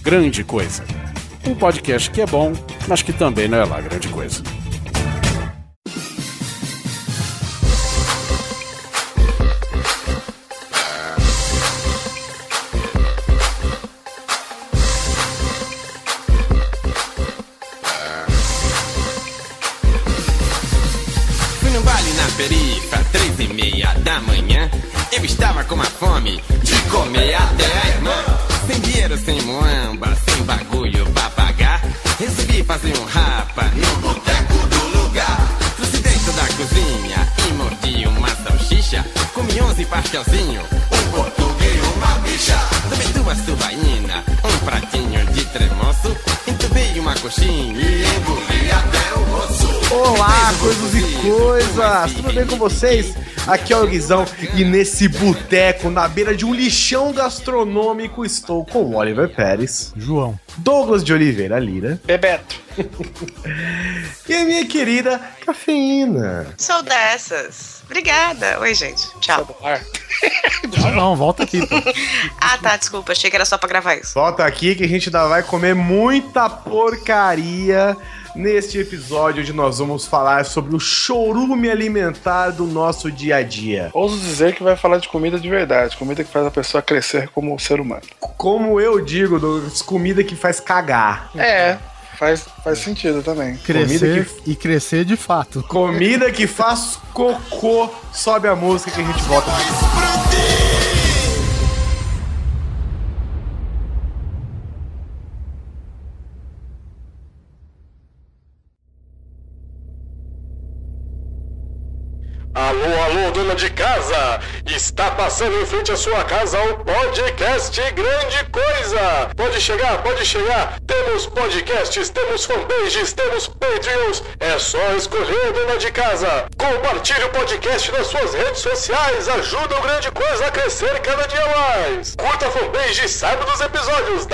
Grande Coisa. Um podcast que é bom, mas que também não é lá grande coisa. Fui no baile na perifa, 3:30 da manhã. Eu estava com uma fome de comer até a irmã. Sem dinheiro, sem muamba, sem bagulho pra pagar. Resolvi fazer um rapa no boteco do lugar. Trouxe dentro da cozinha e mordi uma salsicha. Comi 11 pastelzinhos, um português e uma bicha. Tomei 2 tubaína, um pratinho de tremoço. Entubei uma coxinha e engoli até o osso. Olá, coisas e coisas! Tudo bem com vocês? Aqui é o Guizão e nesse boteco, na beira de um lixão gastronômico, estou com o Oliver Pérez, João, Douglas de Oliveira Lira, Bebeto e a minha querida Cafeína. Sou dessas. Obrigada. Oi, gente. Tchau. Não, volta aqui, pô. Ah, tá, desculpa. Achei que era só pra gravar isso. Volta aqui que a gente ainda vai comer muita porcaria neste episódio onde nós vamos falar sobre o chorume alimentar do nosso dia a dia. ouso dizer que vai falar de comida de verdade, comida que faz a pessoa crescer como ser humano. Como eu digo, Douglas, comida que faz cagar. É, faz sentido também. Crescer e crescer de fato. Comida que faz cocô. Sobe a música que a gente volta. Alô, dona de casa! Está passando em frente à sua casa o podcast Grande Coisa! Pode chegar! Temos podcasts, temos fanpages, temos Patreons. É só escolher, dona de casa! Compartilhe o podcast nas suas redes sociais, ajuda o Grande Coisa a crescer cada dia mais! Curta a fanpage e saiba dos episódios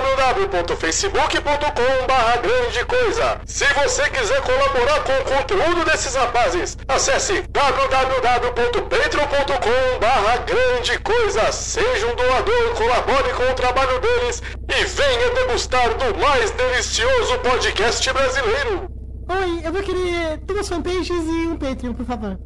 www.facebook.com/Grande Coisa. Se você quiser colaborar com o conteúdo desses rapazes, acesse www.patreon.com/Grande Coisa. Seja um doador, colabore com o trabalho deles e venha degustar do mais delicioso podcast brasileiro. Oi, eu vou querer 2 fanpages e um Patreon, por favor.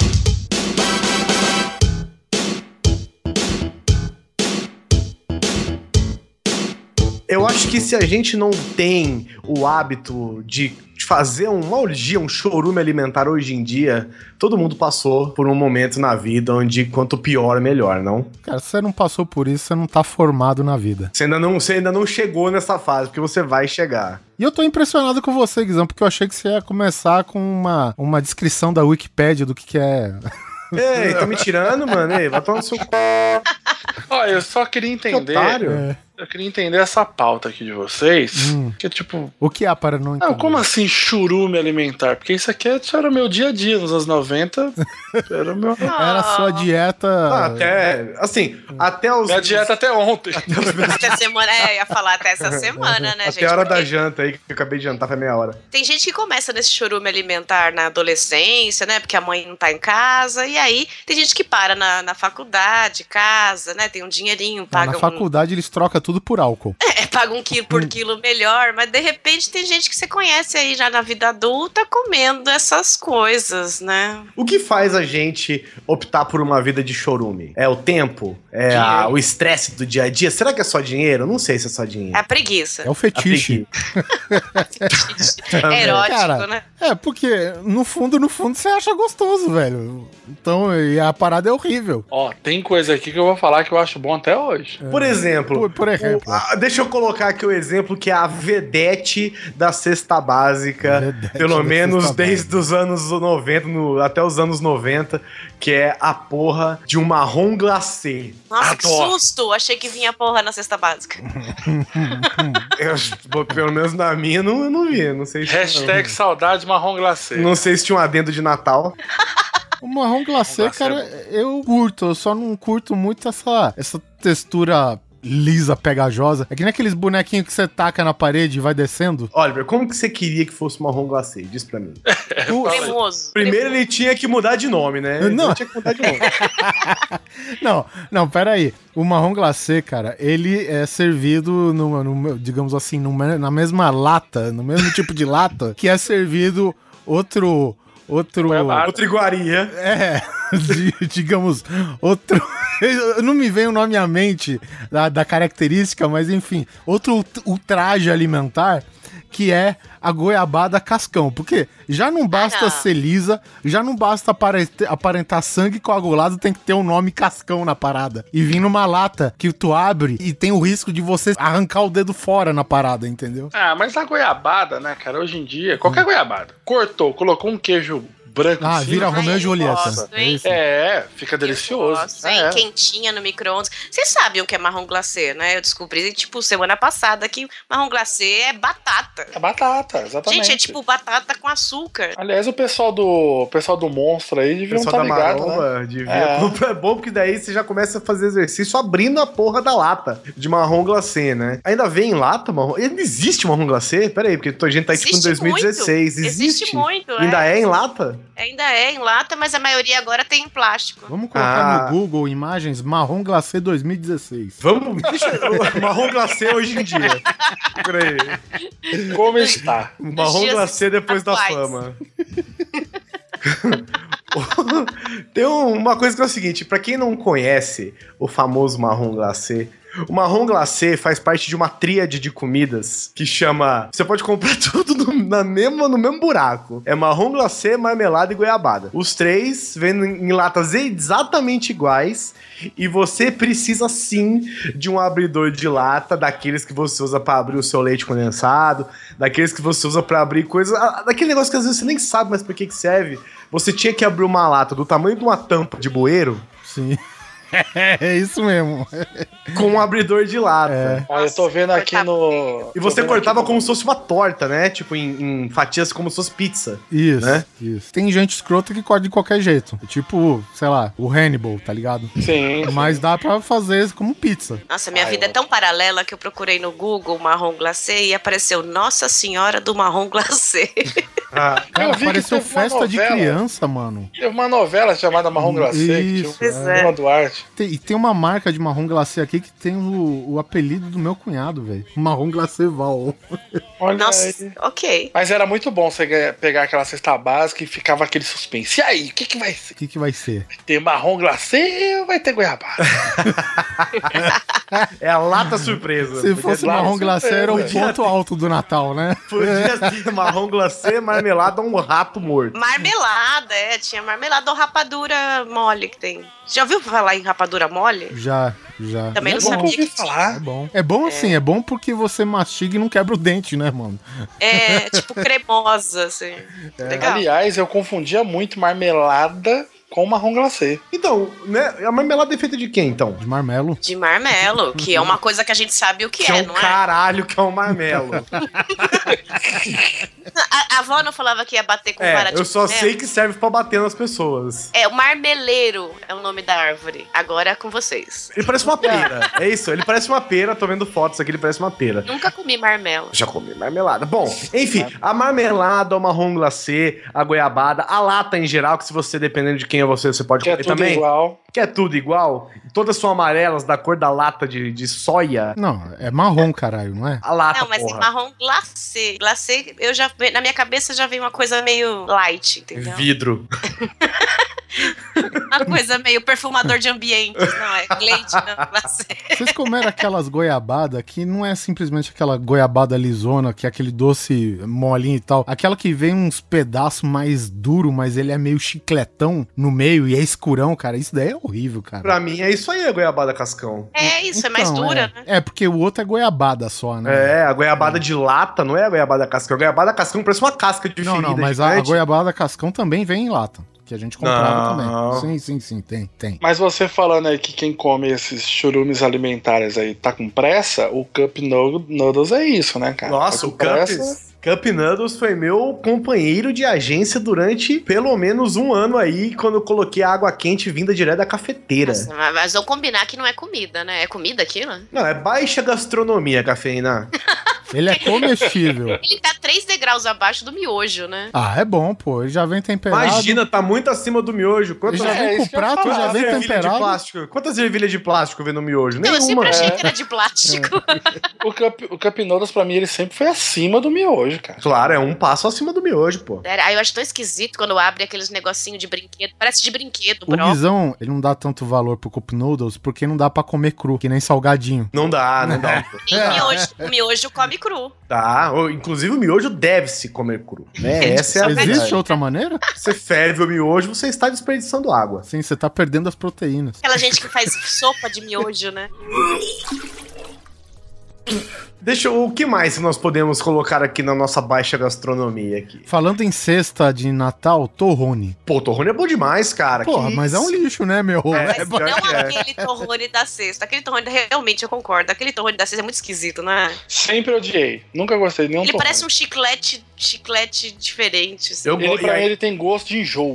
Eu acho que se a gente não tem o hábito de fazer uma orgia, um chorume alimentar hoje em dia, todo mundo passou por um momento na vida onde quanto pior, melhor, não? Cara, se você não passou por isso, você não tá formado na vida. Você ainda não chegou nessa fase, porque você vai chegar. E eu tô impressionado com você, Guizão, porque eu achei que você ia começar com uma descrição da Wikipédia do que é... Ei, tá me tirando, mano? Ei, vai tomar no seu c... Ó, eu só queria entender... Eu queria entender essa pauta aqui de vocês. Que é tipo... O que há para não entender? Não, como assim churume alimentar? Porque isso aqui era o meu dia a dia nos anos 90. Era o meu... Era a sua dieta... Até os... Minha dieta até ontem. Até semana, ia falar até essa semana, né, gente? Até a hora da janta aí, que eu acabei de jantar, foi meia hora. Tem gente que começa nesse chorume alimentar na adolescência, né? Porque a mãe não tá em casa. E aí, tem gente que para na faculdade, casa, né? Tem um dinheirinho, paga Na faculdade eles trocam tudo por álcool. Paga 1 quilo por quilo melhor, mas de repente tem gente que você conhece aí já na vida adulta comendo essas coisas, né? O que faz a gente optar por uma vida de chorume? É o tempo? É o estresse do dia a dia? Será que é só dinheiro? Eu não sei se é só dinheiro. É a preguiça. É o fetiche. É erótico, cara, né? É, porque no fundo você acha gostoso, velho. Então, e a parada é horrível. Ó, tem coisa aqui que eu vou falar que eu acho bom até hoje. Por exemplo... Por exemplo. Deixa eu colocar aqui o exemplo que é a vedete da cesta básica, pelo menos desde os anos 90, até os anos 90, que é a porra de um marrom glacê. Nossa, que susto! Achei que vinha porra na cesta básica. Pelo menos na minha eu não vi, não sei se... Hashtag saudade marrom glacê. Não sei se tinha um adendo de Natal. O marrom glacê, cara, eu curto, eu só não curto muito essa textura lisa, pegajosa. É que nem aqueles bonequinhos que você taca na parede e vai descendo. Oliver, como que você queria que fosse marrom glacê? Diz pra mim. Cremoso. Primeiro ele tinha que mudar de nome, né? Não. Ele tinha que mudar de nome. Não, pera aí. O marrom glacê, cara, ele é servido, digamos assim, na mesma lata, no mesmo tipo de lata, que é servido outra iguaria. Digamos, outro... Não me vem o nome à mente da característica, mas enfim, outro ultraje alimentar, que é a goiabada cascão. Porque já não basta ser lisa, já não basta aparentar sangue coagulado, tem que ter um nome cascão na parada. E vir numa lata que tu abre e tem o risco de você arrancar o dedo fora na parada, entendeu? Ah, mas a goiabada, né, cara, hoje em dia, qualquer goiabada, cortou, colocou um queijo branco em cima. Vira Romeu e Julieta. Fica delicioso. Quentinha no micro-ondas. Vocês sabem o que é marrom glacê, né? Eu descobri, semana passada que marrom glacê é batata. É batata, exatamente. Gente, é tipo batata com açúcar. Aliás, o pessoal do Monstro aí devia estar ligado, né? É bom porque daí você já começa a fazer exercício abrindo a porra da lata de marrom glacê, né? Ainda vem em lata marrom? Ainda existe marrom glacê? Pera aí, porque a gente tá tipo em 2016. Existe muito. Ainda é em lata? Ainda é em lata, mas a maioria agora tem em plástico. Vamos colocar no Google imagens marrom glacê 2016. Vamos, marrom glacê hoje em dia. Por aí. Como está? Marrom glacê depois da fama. Tem uma coisa que é o seguinte, pra quem não conhece o famoso marrom glacê, o marrom glacê faz parte de uma tríade de comidas que chama... Você pode comprar tudo no mesmo buraco. É marrom glacê, marmelada e goiabada. Os três vêm em latas exatamente iguais e você precisa sim de um abridor de lata, daqueles que você usa pra abrir o seu leite condensado, daqueles que você usa pra abrir coisas... Daquele negócio que às vezes você nem sabe mais pra que serve. Você tinha que abrir uma lata do tamanho de uma tampa de bueiro. Sim. É isso mesmo. Com um abridor de lata. Eu tô vendo aqui no... E você cortava como se fosse uma torta, né? Tipo, em fatias como se fosse pizza. Isso, né? Isso. Tem gente escrota que corta de qualquer jeito. Tipo, sei lá, o Hannibal, tá ligado? Sim. Mas dá pra fazer como pizza. Nossa, minha vida é tão paralela que eu procurei no Google marrom glacê e apareceu Nossa Senhora do Marrom Glacê. Cara, apareceu festa de criança, mano. Teve uma novela chamada Marrom Glacê. Isso, que tinha uma Duarte. E tem uma marca de marrom glacê aqui que tem o apelido do meu cunhado, velho. Marrom glacê Val. Olha Nossa, aí. ok. Mas era muito bom você pegar aquela cesta básica e ficava aquele suspense. E aí, o que vai ser? O que vai ser? Vai ter marrom glacê ou vai ter goiabada? É a lata surpresa. Se fosse marrom glacê, era o ponto alto do Natal, né? Podia ser marrom glacê, marmelada ou um rato morto. Marmelada, tinha marmelada ou rapadura mole que tem. Já ouviu falar em rapadura mole? Já. Também não sabia que falar. É bom. É bom assim, é bom porque você mastiga e não quebra o dente, né, mano? É, tipo cremosa, assim. Legal. Aliás, eu confundia muito marmelada com marrom glacê. Então, né, a marmelada é feita de quê, então? De marmelo. De marmelo, que é uma coisa que a gente sabe o que é, não é? Caralho que é um marmelo. A avó não falava que ia bater com vara de eu só sei que serve pra bater nas pessoas. É, o marmeleiro é o nome da árvore. Agora é com vocês. Ele parece uma pera. É isso, ele parece uma pera. Tô vendo fotos aqui, ele parece uma pera. Nunca comi marmelo. Já comi marmelada. Bom, enfim, a marmelada, o marrom glacê, a goiabada, a lata em geral, que se você, dependendo de quem é você pode comer também. Igual. Que é tudo igual. Todas são amarelas da cor da lata de soia. Não, é marrom, caralho, não é? A lata, não, mas porra. É marrom glacê. Glacê, na minha cabeça já vem uma coisa meio light, entendeu? Vidro. Uma coisa meio perfumador de ambientes, não é? Leite, não, glacê. Vocês comeram aquelas goiabadas que não é simplesmente aquela goiabada lisona, que é aquele doce molinho e tal. Aquela que vem uns pedaços mais duro, mas ele é meio chicletão no meio e é escurão, cara. Isso daí é horrível, cara. Pra mim é isso aí, a goiabada cascão. É isso, então, é mais dura, né? É, porque o outro é goiabada só, né? É, a goiabada de lata não é a goiabada cascão. A goiabada cascão parece uma casca de ferida. Não, mas a goiabada cascão também vem em lata. Que a gente comprava também. Sim, tem. Mas você falando aí que quem come esses churumes alimentares aí tá com pressa, o Cup Noodles é isso, né, cara? Nossa, tá o Cups... Cup Noodles foi meu companheiro de agência durante pelo menos um ano aí, quando eu coloquei a água quente vinda direto da cafeteira. Nossa, mas vamos combinar que não é comida, né? É comida aquilo? Não, é baixa gastronomia, Cafeína. Ele é comestível. Ele tá 3 degraus abaixo do miojo, né? Ah, é bom, pô. Ele já vem temperado. Imagina, tá muito acima do miojo. Ele já vem com o prato, já vem temperado. De plástico. Quantas ervilhas de plástico vem no miojo? Não, Nenhuma. eu sempre achei que era de plástico. O Cup Noodles, pra mim, ele sempre foi acima do miojo, cara. Claro, é um passo acima do miojo, pô. Aí eu acho tão esquisito quando abre aqueles negocinhos de brinquedo. Parece de brinquedo, O Guizão, ele não dá tanto valor pro Cup Noodles porque não dá pra comer cru, que nem salgadinho. Não dá. O miojo come cru. Tá, inclusive o miojo deve-se comer cru, né? Essa é a verdade. Existe outra maneira? Você ferve o miojo, você está desperdiçando água. Sim, você tá perdendo as proteínas. Aquela gente que faz sopa de miojo, né? O que mais nós podemos colocar aqui na nossa baixa gastronomia aqui? Falando em cesta de Natal, torrone. Pô, torrone é bom demais, cara. Porra, mas é um lixo, né, meu? Mas não aquele torrone da cesta. Aquele torrone, realmente, eu concordo. Aquele torrone da cesta é muito esquisito, né? Sempre odiei. Nunca gostei de nenhum torrone. Ele parece um chiclete diferente. Assim. Pra mim, ele tem gosto de enjoo.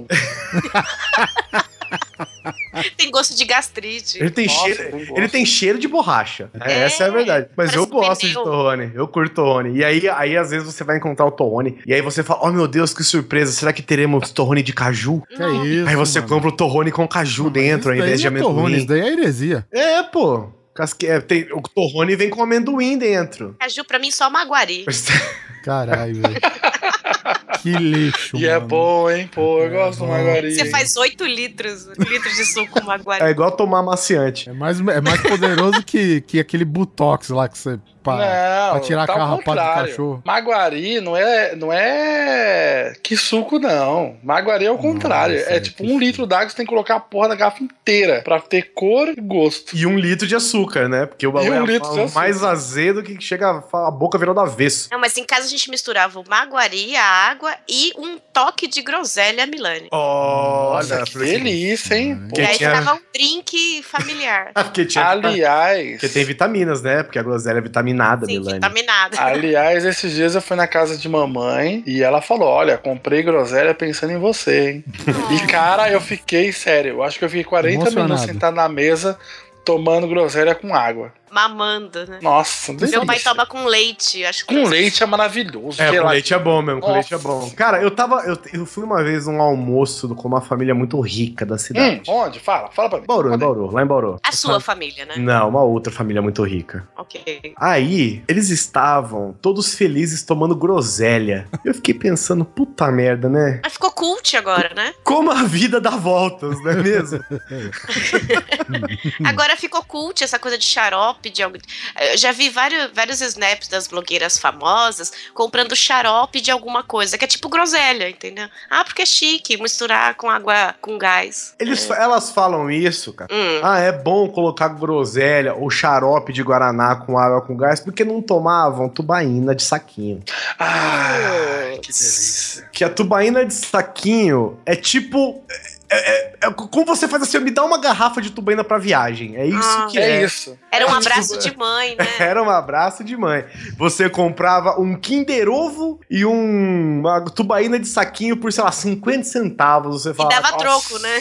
Tem gosto de gastrite. Ele tem cheiro de borracha. Essa é a verdade. Mas eu gosto de torrone. Eu curto torrone. E aí, às vezes, você vai encontrar o torrone. E aí você fala, oh meu Deus, que surpresa. Será que teremos torrone de caju? Que é isso, aí você compra o torrone com caju dentro, ao invés de amendoim. Torrone, isso daí é heresia. É, pô. O torrone vem com amendoim dentro. Caju, pra mim, só maguari. Caralho, velho. Que lixo, E mano. É bom, hein? Pô, eu gosto do maguari. Você faz 8 litros de suco maguari. É igual tomar amaciante. É mais poderoso que aquele Botox lá que você... Pra tirar a carrapada do cachorro. Maguari não é que suco, não. Maguari é o contrário. É tipo 1 litro d'água que você tem que colocar a porra da garrafa inteira pra ter cor e gosto. E 1 litro de açúcar, né? Porque o bagulho é mais azedo que chega a boca virando avesso. Não, mas em casa a gente misturava o maguari, a água e um toque de groselha Milani. Olha, que delícia, hein? E aí ficava um drink familiar. Aliás... Porque tem vitaminas, né? Porque a groselha é vitaminada, Sim, Milani. Vitaminada. Aliás, esses dias eu fui na casa de mamãe e ela falou, olha, comprei groselha pensando em você, hein? E cara, eu fiquei, sério, eu acho que eu fiquei 40 minutos sentado na mesa tomando groselha com água. Mamando, né? Nossa, meu pai toma com leite. Acho que com leite é maravilhoso. Com leite é bom mesmo, com leite é bom. Cara, eu fui uma vez num almoço com uma família muito rica da cidade. Onde? Fala pra mim. Bauru, lá em Bauru. A sua família, né? Não, uma outra família muito rica. Ok. Aí, eles estavam todos felizes tomando groselha. Eu fiquei pensando, puta merda, né? Mas ficou cult agora, né? Como a vida dá voltas, não é mesmo? Agora ficou cult essa coisa de xarope. Eu já vi vários snaps das blogueiras famosas comprando xarope de alguma coisa, que é tipo groselha, entendeu? Ah, porque é chique misturar com água com gás. Elas falam isso, cara. Ah, é bom colocar groselha ou xarope de guaraná com água com gás, porque não tomavam tubaína de saquinho. Que delícia. Que a tubaína de saquinho é tipo... como você faz assim, me dá uma garrafa de tubaína pra viagem. É isso que é. Isso. Era um abraço de mãe, né? Era um abraço de mãe. Você comprava um Kinder Ovo e uma tubaína de saquinho por, sei lá, 50 centavos. Você falava, e dava troco, né?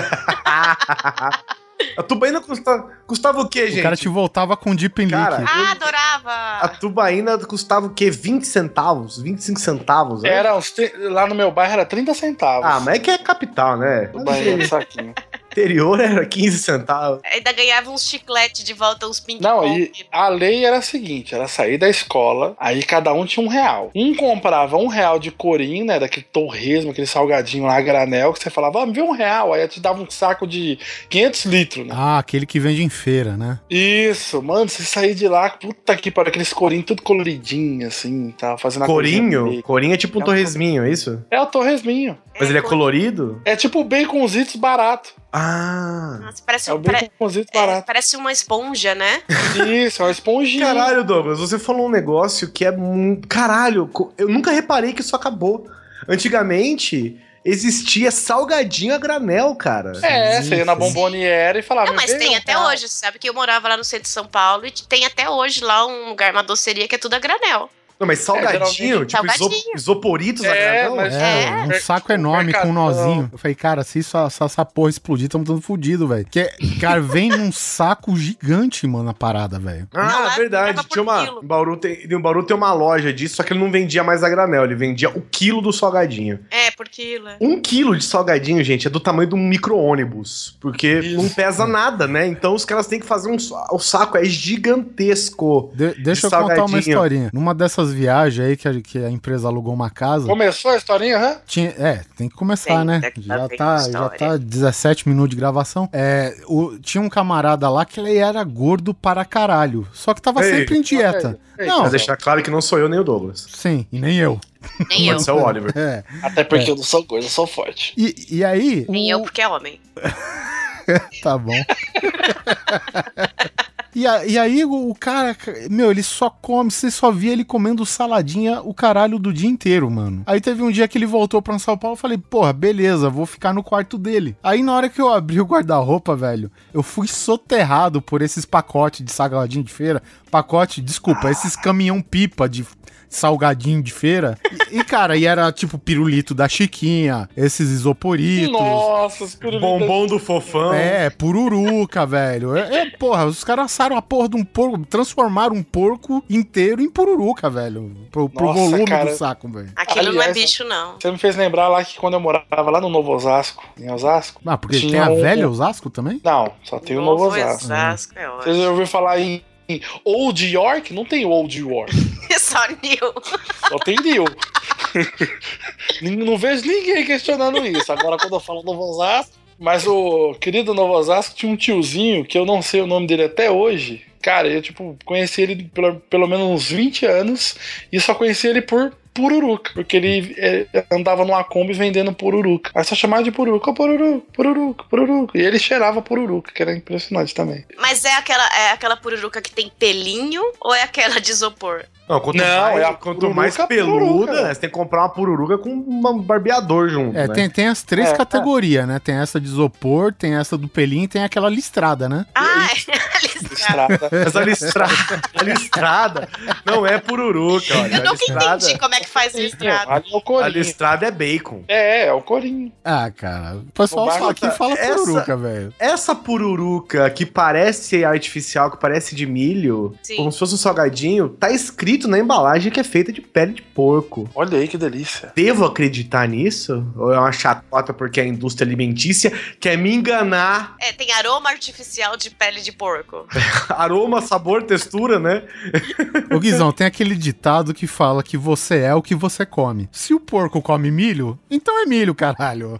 A tubaína custava o quê, gente? O cara te voltava com Deep in Liquid. Adorava! A tubaína custava o quê? 20 centavos? 25 centavos? Né? Lá no meu bairro era 30 centavos. Ah, mas é que é capital, né? Tubaína de saquinho. Interior era 15 centavos. Ainda ganhava uns chicletes de volta, uns ping-pong. Não, e a lei era a seguinte, era sair da escola, aí cada um tinha R$1. Um comprava R$1 de corinho, né, daquele torresmo, aquele salgadinho lá, granel, que você falava, me vê R$1, aí eu te dava um saco de 500 litros, né? Ah, aquele que vende em feira, né? Isso, mano, você sair de lá, puta que pariu, aqueles corinhos tudo coloridinho, assim, tava fazendo a corinho? Corinho é tipo um torresminho, é isso? É o torresminho. Mas ele é colorido? É tipo baconzitos barato. Ah. Nossa, parece barato. Parece uma esponja, né? Isso, é uma esponjinha. Caralho, Douglas, você falou um negócio que é... Caralho, eu nunca reparei que isso acabou. Antigamente... existia salgadinho a granel, cara. Você ia na Bomboniere e falava... Não, mas tem até hoje, sabe que eu morava lá no centro de São Paulo e tem até hoje lá um lugar, uma doceria que é tudo a granel. Não, mas salgadinho, tipo salgadinho. isoporitos a granel? mas Um saco enorme com um nozinho. Eu falei, cara, se essa porra explodir, tamo todo fudido, velho. Cara, vem num saco gigante, mano, a parada, velho. Não, Verdade. leva por Tinha quilo. Em Bauru tem uma loja disso, só que ele não vendia mais a granel, ele vendia o quilo do salgadinho. Por quilo. 1 quilo de salgadinho, gente, é do tamanho de um micro-ônibus. Porque não pesa nada, né? Então os caras têm que fazer o saco é gigantesco. Deixa eu contar uma historinha. Numa dessas viagens aí que a empresa alugou uma casa. Começou a historinha, hã? Tem que começar, né? Já tá 17 minutos de gravação. Tinha um camarada lá que ele era gordo para caralho. Só que tava sempre em dieta. Não, Pra deixar claro que não sou eu nem o Douglas. Sim, e nem eu. Nem eu. Pode ser o Oliver. Até porque eu não sou gordo, eu sou forte. E aí... Nem eu, porque é homem. Tá bom. E aí o cara, meu, ele só come, você só via ele comendo saladinha o caralho do dia inteiro, mano. Aí teve um dia que ele voltou pra São Paulo, eu falei, porra, beleza, vou ficar no quarto dele. Aí na hora que eu abri o guarda-roupa, velho, eu fui soterrado por esses pacotes de salgadinho de feira. Esses caminhão-pipa de salgadinho de feira. Cara, era tipo pirulito da Chiquinha, esses isoporitos. Nossa, os pirulitos. Bombom do fofão. Pururuca, velho. Porra, os caras assaram a porra de um porco, transformaram um porco inteiro em pururuca, velho. Pro volume do saco, velho. Aquilo não é bicho, não. Você me fez lembrar lá que quando eu morava lá no Novo Osasco, em Osasco... Ah, porque tem a velha Osasco também? Não, só tem o Novo Osasco. É ótimo. Vocês já ouviram falar em Old York? Não tem Old York. Só New. Só tem New. Não vejo ninguém questionando isso. Agora, quando eu falo Novo Osasco... Mas o querido Novo Osasco tinha um tiozinho, que eu não sei o nome dele até hoje. Cara, eu, conheci ele pelo menos uns 20 anos e só conheci ele por pururuca, porque ele andava numa Kombi vendendo pururuca. Aí só chamava de pururuca, pururuca. E ele cheirava pururuca, que era impressionante também. Mas é aquela pururuca que tem pelinho ou é aquela de isopor? Não, quanto mais peluda, você tem que comprar uma pururuca com um barbeador junto, né? Tem as três categorias, né? Tem essa de isopor, tem essa do pelinho e tem aquela listrada, né? Essa listrada não é pururuca, olha. Eu nunca entendi como é que faz listrada. A listrada é bacon. É o corinho. Ah, cara, o pessoal só aqui fala pururuca, velho. Essa pururuca que parece artificial, que parece de milho, como se fosse um salgadinho, tá escrito na embalagem que é feita de pele de porco. Olha aí que delícia. Devo acreditar nisso? Ou é uma chacota porque a indústria alimentícia quer me enganar? Tem aroma artificial de pele de porco. Aroma, sabor, textura, né? Ô Guizão, tem aquele ditado que fala que você é o que você come. Se o porco come milho, então é milho, caralho.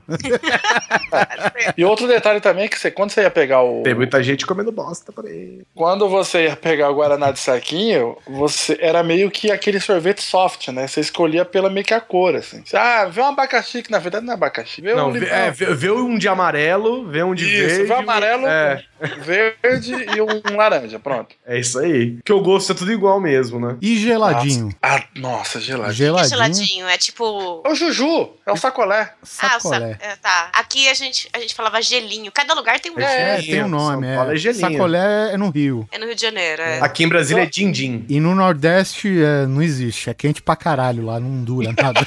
E outro detalhe também é que quando você ia pegar o... Tem muita gente comendo bosta por aí. Quando você ia pegar o Guaraná de saquinho, era meio que aquele sorvete soft, né? Você escolhia pela meio que a cor, assim. Vê um abacaxi, que na verdade não é abacaxi. Vê um de amarelo, vê um de verde. Vê amarelo, verde e um laranja, pronto. É isso aí. Que o gosto é tudo igual mesmo, né? E geladinho? Nossa, geladinho. Geladinho é tipo... É o Juju, é o sacolé. Tá. Aqui a gente falava gelinho. Cada lugar tem um nome. Tem um nome, é gelinho. Sacolé é no Rio. É no Rio de Janeiro, Aqui em Brasília é din-din. E no Nordeste não existe. É quente pra caralho lá, não dura nada.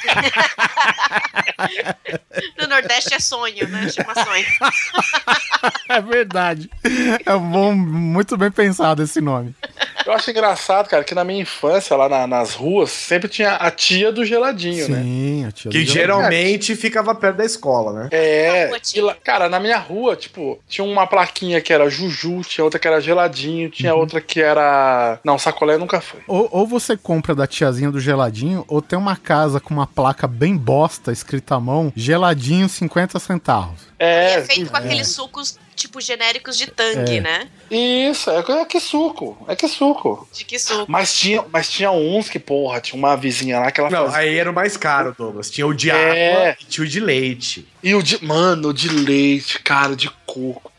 No Nordeste é sonho, né? Chama sonho. É verdade. É bom, muito bem pensado esse nome. Eu acho engraçado, cara, que na minha infância, lá nas ruas, sempre tinha a tia do geladinho, né? Sim, a tia do geladinho. Que geralmente ficava perto da escola, né? Cara, na minha rua, tinha uma plaquinha que era Juju, tinha outra que era geladinho, tinha outra que era... Não, sacolé nunca foi. Ou você compra da tiazinha do geladinho, ou tem uma casa com uma placa bem bosta, escrita à mão, geladinho 50 centavos. É feito com aqueles sucos, tipo, genéricos de tangue, né? Isso, é que suco. De que suco? Mas tinha uns que, porra, tinha uma vizinha lá que ela fazia... aí era o mais caro, Douglas. Tinha o de água e tinha o de leite. E o de leite, cara, de coco. Puta que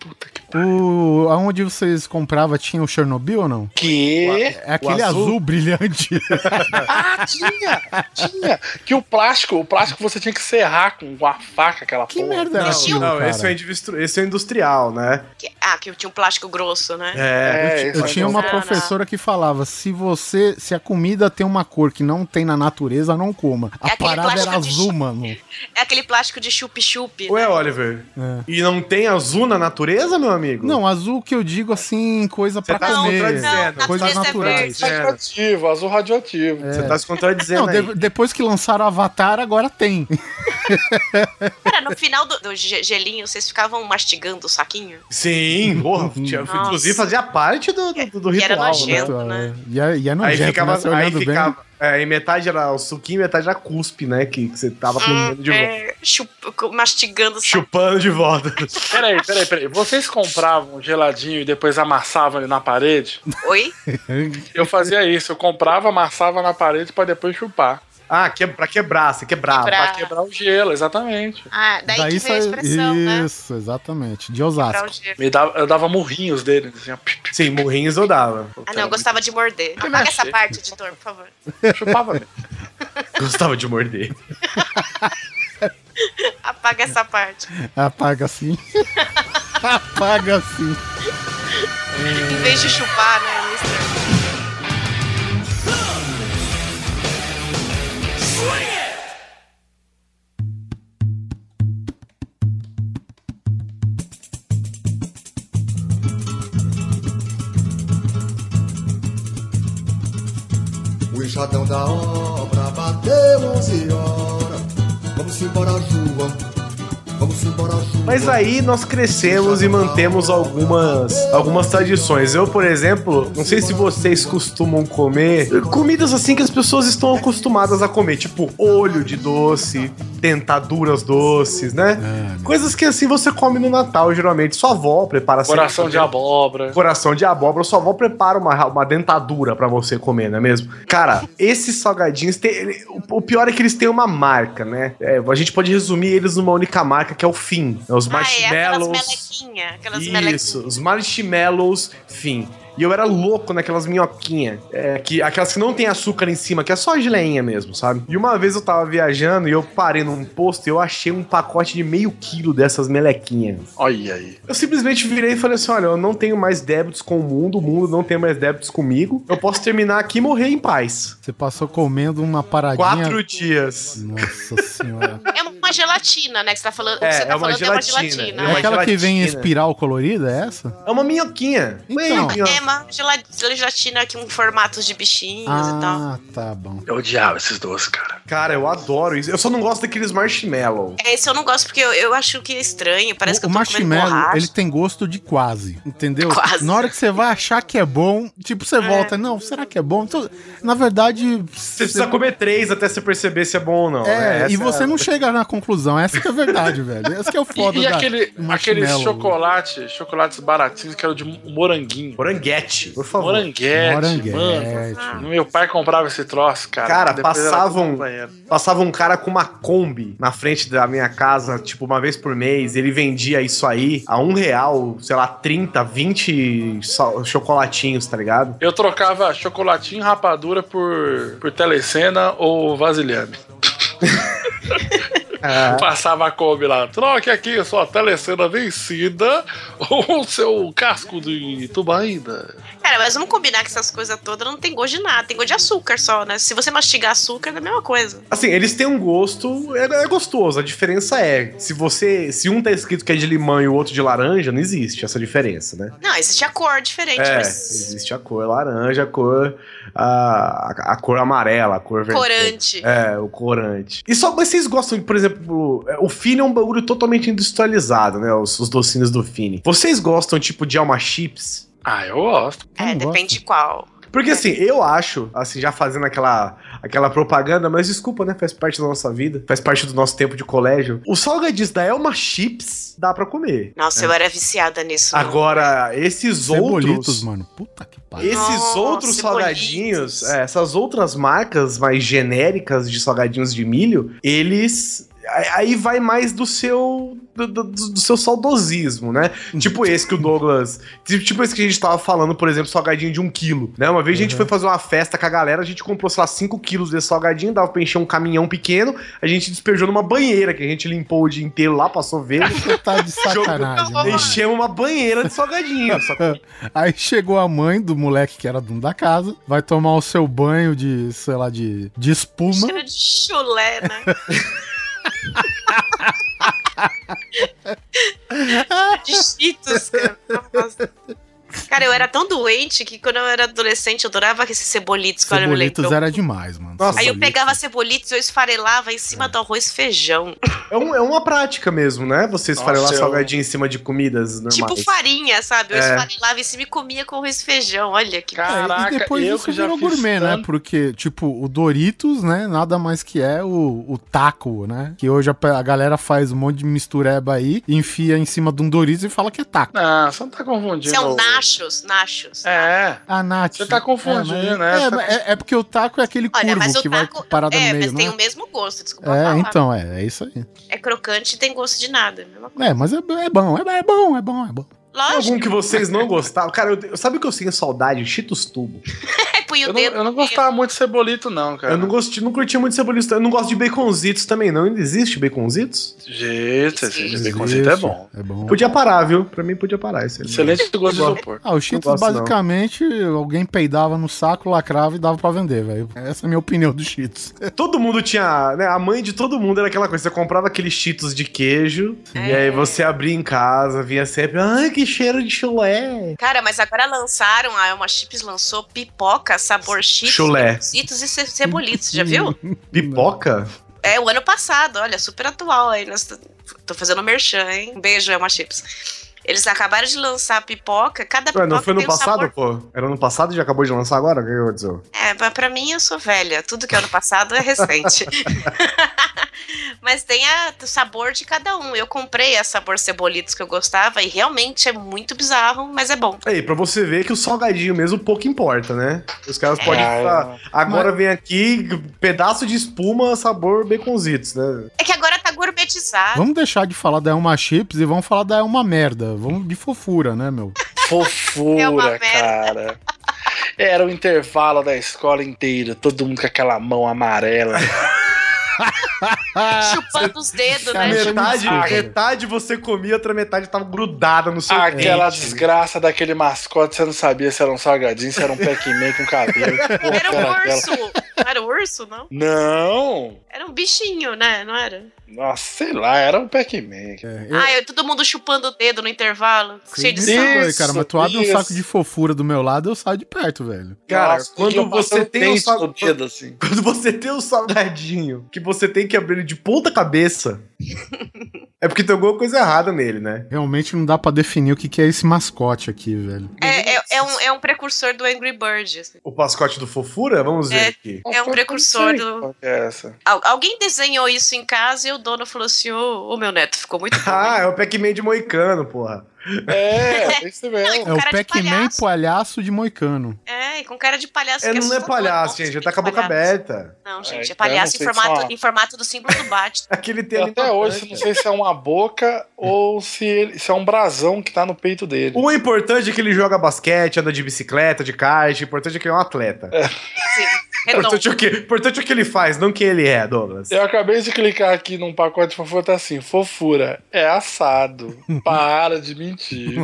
Aonde vocês compravam tinha o Chernobyl ou não? Que? É aquele azul brilhante. Ah, tinha. Que o plástico você tinha que serrar com a faca, aquela Que porra. merda era aquilo, Não, cara? esse é industrial, né? Que tinha um plástico grosso, né? Eu tinha uma professora que falava, se a comida tem uma cor que não tem na natureza, não coma. A aquele parada era plástico de azul, mano. É aquele plástico de chup-chup. Ué, Oliver, e não tem azul na natureza, meu amigo? Não, azul que eu digo assim, coisa pra tá comer. contradizendo. Coisas natureza é naturais. verde. Radioativo, azul radioativo. Você tá se contradizendo Não, aí. depois que lançaram o Avatar, agora tem. Cara, no final do gelinho, vocês ficavam mastigando o saquinho? Sim, porra, inclusive fazia parte do E ritual. era né? nojento, né? E é nojento, Aí ficava, né? Você olhando bem. em metade era o suquinho, metade era cuspe, né? Que você tava comendo de volta. Mastigando. Chupando de volta. Peraí. Vocês compravam um geladinho e depois amassavam ele na parede? Oi? Eu fazia isso, eu comprava, amassava na parede pra depois chupar. Ah, pra quebrar, você quebrava. Quebrar. Pra quebrar o gelo, exatamente. Ah, daí que veio a expressão, né? Isso, exatamente. De Quebrar Osasco. o gelo. Eu dava murrinhos dele. Assim, ó. Sim, murrinhos eu dava. Ah, não, eu gostava de morder. Que Apaga essa mexer. parte, editor, por favor. Chupava mesmo. Gostava de morder. Apaga essa parte. Apaga assim. Apaga assim. Em vez de chupar, né, mister? O enxadão da obra bateu 11 horas. Vamos embora, João. Vamos embora, João. Mas aí nós crescemos e mantemos algumas tradições. Eu, por exemplo, não sei se vocês costumam comer comidas assim que as pessoas estão acostumadas a comer, tipo olho de doce, dentaduras doces, né? Coisas que assim você come no Natal, geralmente. Sua avó prepara... Coração de abóbora. Coração de abóbora. Sua avó prepara uma dentadura pra você comer, não é mesmo? Cara, esses salgadinhos, o pior é que eles têm uma marca, né? A gente pode resumir eles numa única marca, que é o Fim. É os marshmallows. Aquelas melequinhas. Isso, os marshmallows Fim. E eu era louco naquelas minhoquinhas. Aquelas que não tem açúcar em cima, que é só geleinha mesmo, sabe? E uma vez eu tava viajando e eu parei num posto e eu achei um pacote de meio quilo dessas melequinhas. Olha aí. Eu simplesmente virei e falei assim, olha, eu não tenho mais débitos com o mundo não tem mais débitos comigo. Eu posso terminar aqui e morrer em paz. Você passou comendo uma paradinha... 4 dias. Nossa senhora. É uma gelatina, né? Que você tá falando. É uma gelatina. É aquela que vem em espiral colorida, é essa? É uma minhoquinha. Então. É uma gelatina aqui com formatos de bichinhos e tal. Ah, tá bom. Eu odiava esses doces, cara. Cara, eu adoro isso. Eu só não gosto daqueles marshmallow. Esse eu não gosto porque eu acho que é estranho. Parece que eu O tô comendo marshmallow, borracha. ele tem gosto de quase, entendeu? Quase. Na hora que você vai achar que é bom, tipo, você volta, não, será que é bom? Então, na verdade... Você precisa comer 3 até você perceber se é bom ou não. E você não chega na conclusão. Essa que é a verdade, velho. Essa que é o foda aqueles chocolates baratinhos que eram de moranguinho. Moranguete, por favor. Moranguete. Mano. Meu pai comprava esse troço, cara. Cara, Depois passava um cara com uma Kombi na frente da minha casa, tipo, uma vez por mês. Ele vendia isso aí a R$1, sei lá, 30, 20 chocolatinhos, tá ligado? Eu trocava chocolatinho, rapadura por telecena ou vasilhame. Passava a Kombi lá. Troque aqui a sua telecena vencida ou o seu casco de tubaína. Cara, mas vamos combinar que essas coisas todas não tem gosto de nada. Tem gosto de açúcar só, né? Se você mastigar açúcar, é a mesma coisa. Assim, eles têm um gosto, é gostoso. A diferença é, se um tá escrito que é de limão e o outro de laranja, não existe essa diferença, né? Não, existe a cor diferente. Mas... existe a cor laranja, a cor amarela, a cor vermelha. Corante. O corante. Mas vocês gostam, por exemplo, o Fini é um bagulho totalmente industrializado, né? Os docinhos do Fini. Vocês gostam, tipo, de Alma Chips? Ah, eu gosto. Depende de qual. Porque assim, eu acho, assim, já fazendo aquela propaganda, mas desculpa, né? Faz parte da nossa vida, faz parte do nosso tempo de colégio. Os salgadinhos da Elma Chips dá pra comer. Nossa, eu era viciada nisso. Agora, esses Cebolitos, outros... mano. Puta que pariu. Esses outros salgadinhos, essas outras marcas mais genéricas de salgadinhos de milho, eles... Aí vai mais do seu saudosismo, né? Tipo esse que o Douglas... Tipo esse que a gente tava falando, por exemplo, salgadinho de 1 quilo, né? Uma vez a gente foi fazer uma festa com a galera, a gente comprou, sei lá, 5 quilos desse salgadinho, dava pra encher um caminhão pequeno, a gente despejou numa banheira, que a gente limpou o dia inteiro lá, passou verde. Tá de sacanagem. Né? Enchemos uma banheira de salgadinho. Aí chegou a mãe do moleque que era dono da casa, vai tomar o seu banho de, sei lá, de espuma. Cheiro de chulé, né? De Cheetos, cara. Nossa. Cara, eu era tão doente que quando eu era adolescente eu adorava esses cebolitos. Cebolitos era demais, mano. Nossa, aí eu pegava cebolitos, eu esfarelava em cima do arroz e feijão. É uma prática mesmo, né? Você esfarelar salgadinho em cima de comidas normais. Tipo farinha, sabe? Eu esfarelava em cima e comia com arroz e feijão. Olha que... Caraca, e depois isso virou gourmet, né? Porque, tipo, o Doritos, né? Nada mais que é o taco, né? Que hoje a galera faz um monte de mistureba aí, enfia em cima de um Doritos e fala que é taco. Não, você não tá confundindo. Isso é um nachos. É. A Nath. Você tá confundindo, né? É porque o taco é aquele curvo que vai parado no meio, mas né? tem o mesmo gosto, desculpa falar. Então, é isso aí. É crocante e tem gosto de nada. Mesma coisa. Mas é bom. Lógico. Algum que vocês não gostavam? Cara, sabe o que eu sinto saudade? Cheetos Tubo. Eu não gostava muito de cebolito, não, cara. Eu não curtia muito cebolito. Eu não gosto de baconzitos também, não. Ainda existe baconzitos? Gente, esse baconzito é bom. É bom. Podia parar, viu? Pra mim podia parar. Excelente gosto de isopor. O Cheetos, basicamente, alguém peidava no saco, lacrava e dava pra vender, velho. Essa é a minha opinião do Cheetos. Todo mundo tinha... Né, a mãe de todo mundo era aquela coisa. Você comprava aqueles Cheetos de queijo, e aí você abria em casa, via sempre... Ai, que cheiro de chulé. Cara, mas agora lançaram, a Elma Chips lançou pipoca, sabor Cheetos, chulé, e cebolitos, já viu? Pipoca? É, o ano passado, olha, super atual aí. Tô fazendo merchan, hein? Um beijo, Elma Chips. Eles acabaram de lançar a pipoca, cada pipoca não foi no tem passado, sabor... pô? Era no passado e já acabou de lançar agora? O que aconteceu? Pra mim eu sou velha, tudo que é ano passado é recente. Mas tem o sabor de cada um. Eu comprei a sabor cebolitos que eu gostava e realmente é muito bizarro, mas é bom. Aí, pra você ver que o salgadinho mesmo pouco importa, né? Os caras podem falar, agora vem aqui, pedaço de espuma, sabor baconzitos, né? É que agora tá gourmetizado. Vamos deixar de falar da Elma Chips e vamos falar da Elma Merda. Vamos de fofura, né, meu? Fofura, cara. Era o intervalo da escola inteira, todo mundo com aquela mão amarela. Chupando os dedos, né? Metade você comia, outra metade tava grudada no seu Aquela desgraça daquele mascote, você não sabia se era um salgadinho, se era um Pac-Man com cabelo. Era um urso. Não era um urso, não? Não. Era um bichinho, né? Não era? Nossa, sei lá, era um Pac-Man. Todo mundo chupando o dedo no intervalo. Cheio de sangue. Cara, mas tu abre um saco de fofura do meu lado, eu saio de perto, velho. Cara, nossa, quando você tem dedo, assim. Quando você tem um salgadinho que você tem que abrir ele de ponta cabeça, é porque tem alguma coisa errada nele, né? Realmente não dá pra definir o que é esse mascote aqui, velho. É um precursor do Angry Bird. Assim. O mascote do Fofura? Vamos ver aqui. É um precursor do... Qual que é essa? Alguém desenhou isso em casa e o dono falou assim, ô meu neto, ficou muito bom. É o Pac-Man de moicano, porra. É isso mesmo. É o Pac-Man palhaço de moicano. E com cara de palhaço. Não é palhaço, gente, já tá com a boca aberta. Não, gente, é palhaço em formato do símbolo do Batman. Aquele tem até hoje, não sei se é uma boca ou se é um brasão que tá no peito dele. O importante é que ele joga basquete, anda de bicicleta, de kart, o importante é que ele é um atleta. Sim. Importante é o que ele faz, não quem ele é, Douglas. Eu acabei de clicar aqui num pacote de fofura, tá assim, fofura, é assado. Para de mentir.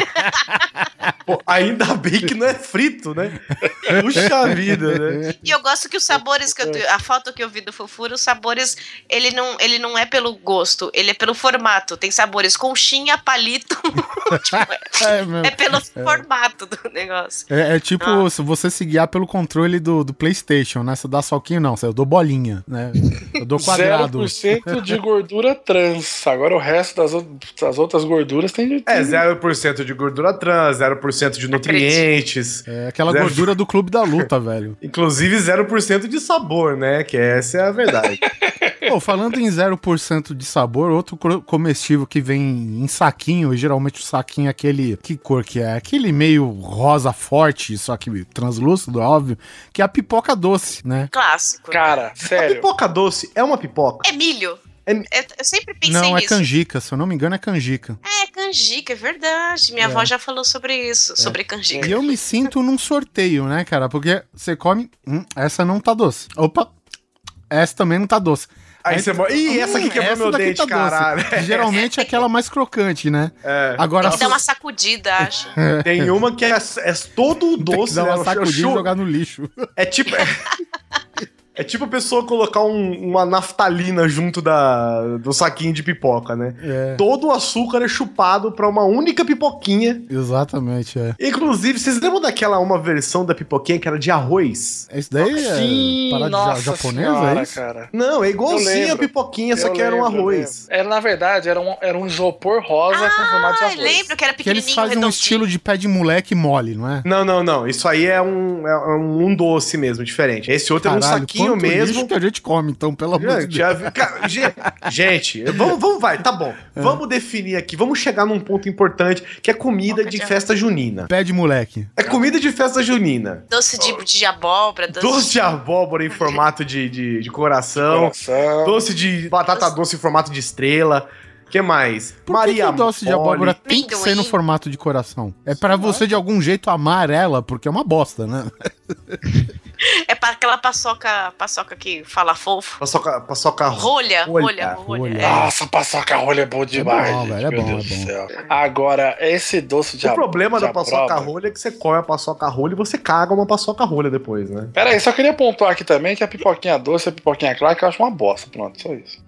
Pô, ainda bem que não é frito, né? Puxa vida, né? E eu gosto que os sabores, a foto que eu vi do Fofura, os sabores, ele não é pelo gosto, ele é pelo formato. Tem sabores conchinha, palito. É pelo formato do negócio. É tipo, se você se guiar pelo controle do PlayStation, né? Você dá soquinho, não. Eu dou bolinha, né? Eu dou quadrado. 0% de gordura trans. Agora o resto das outras gorduras tem de... 0% de gordura trans, 0% de nutrientes. É aquela gordura do Clube da Luta, velho. Inclusive 0% de sabor, né? Que essa é a verdade. Pô, falando em 0% de sabor, outro comestível que vem em saquinho, e geralmente o saquinho é aquele... Que cor que é? Aquele meio rosa forte, só que translúcido, óbvio, que é a pipoca doce, né? Clássico. Cara, sério. A pipoca doce é uma pipoca? É milho. Eu sempre pensei Não, é nisso. canjica, se eu não me engano é canjica. É, canjica, é verdade. Minha avó já falou sobre isso, sobre canjica. E eu me sinto num sorteio, né, cara? Porque você come, essa não tá doce. Opa, essa também não tá doce. Aí você morre. Ih, essa aqui quebrou meu daqui dente, caralho. doce. Geralmente é aquela mais crocante, né? Agora Tem que dar uma sacudida, acho. Tem uma que é todo tem que doce, dar né? uma sacudida e jogar no lixo. É tipo. É tipo a pessoa colocar uma naftalina junto do saquinho de pipoca, né? Todo o açúcar é chupado pra uma única pipoquinha. Exatamente, Inclusive, vocês lembram daquela uma versão da pipoquinha que era de arroz? Isso daí Sim, é parada japonesa, senhora, é isso? cara. Não, é igualzinho a lembro. pipoquinha, só que era um arroz. Era, na verdade, era um isopor rosa com formato de arroz. Lembro que era Que eles pequenininho, fazem um redondinho. estilo de pé de moleque mole, não é? Não. Isso aí é um doce mesmo, diferente. Esse outro é um saquinho quanto mesmo. lixo que a gente come, então, pelo amor de Deus. Gente, vamos, tá bom. Vamos definir aqui, vamos chegar num ponto importante, que é comida de festa junina. Pé de moleque. É comida de festa junina. Doce de abóbora. Doce de abóbora em formato de coração. Doce de batata doce em formato de estrela. O que mais? Por que o doce de abóbora tem que ser no formato de coração? É pra você, de algum jeito, amar ela, porque é uma bosta, né? É para aquela paçoca que fala fofo. Paçoca rolha. Nossa, paçoca rolha é bom demais. É bom, gente, velho, meu Deus do céu. Agora, esse doce de O problema da paçoca abóbora- rolha é que você come a paçoca rolha e você caga uma paçoca rolha depois, né? Pera aí, só queria pontuar aqui também que a pipoquinha doce e a pipoquinha clara que eu acho uma bosta. Pronto, só isso.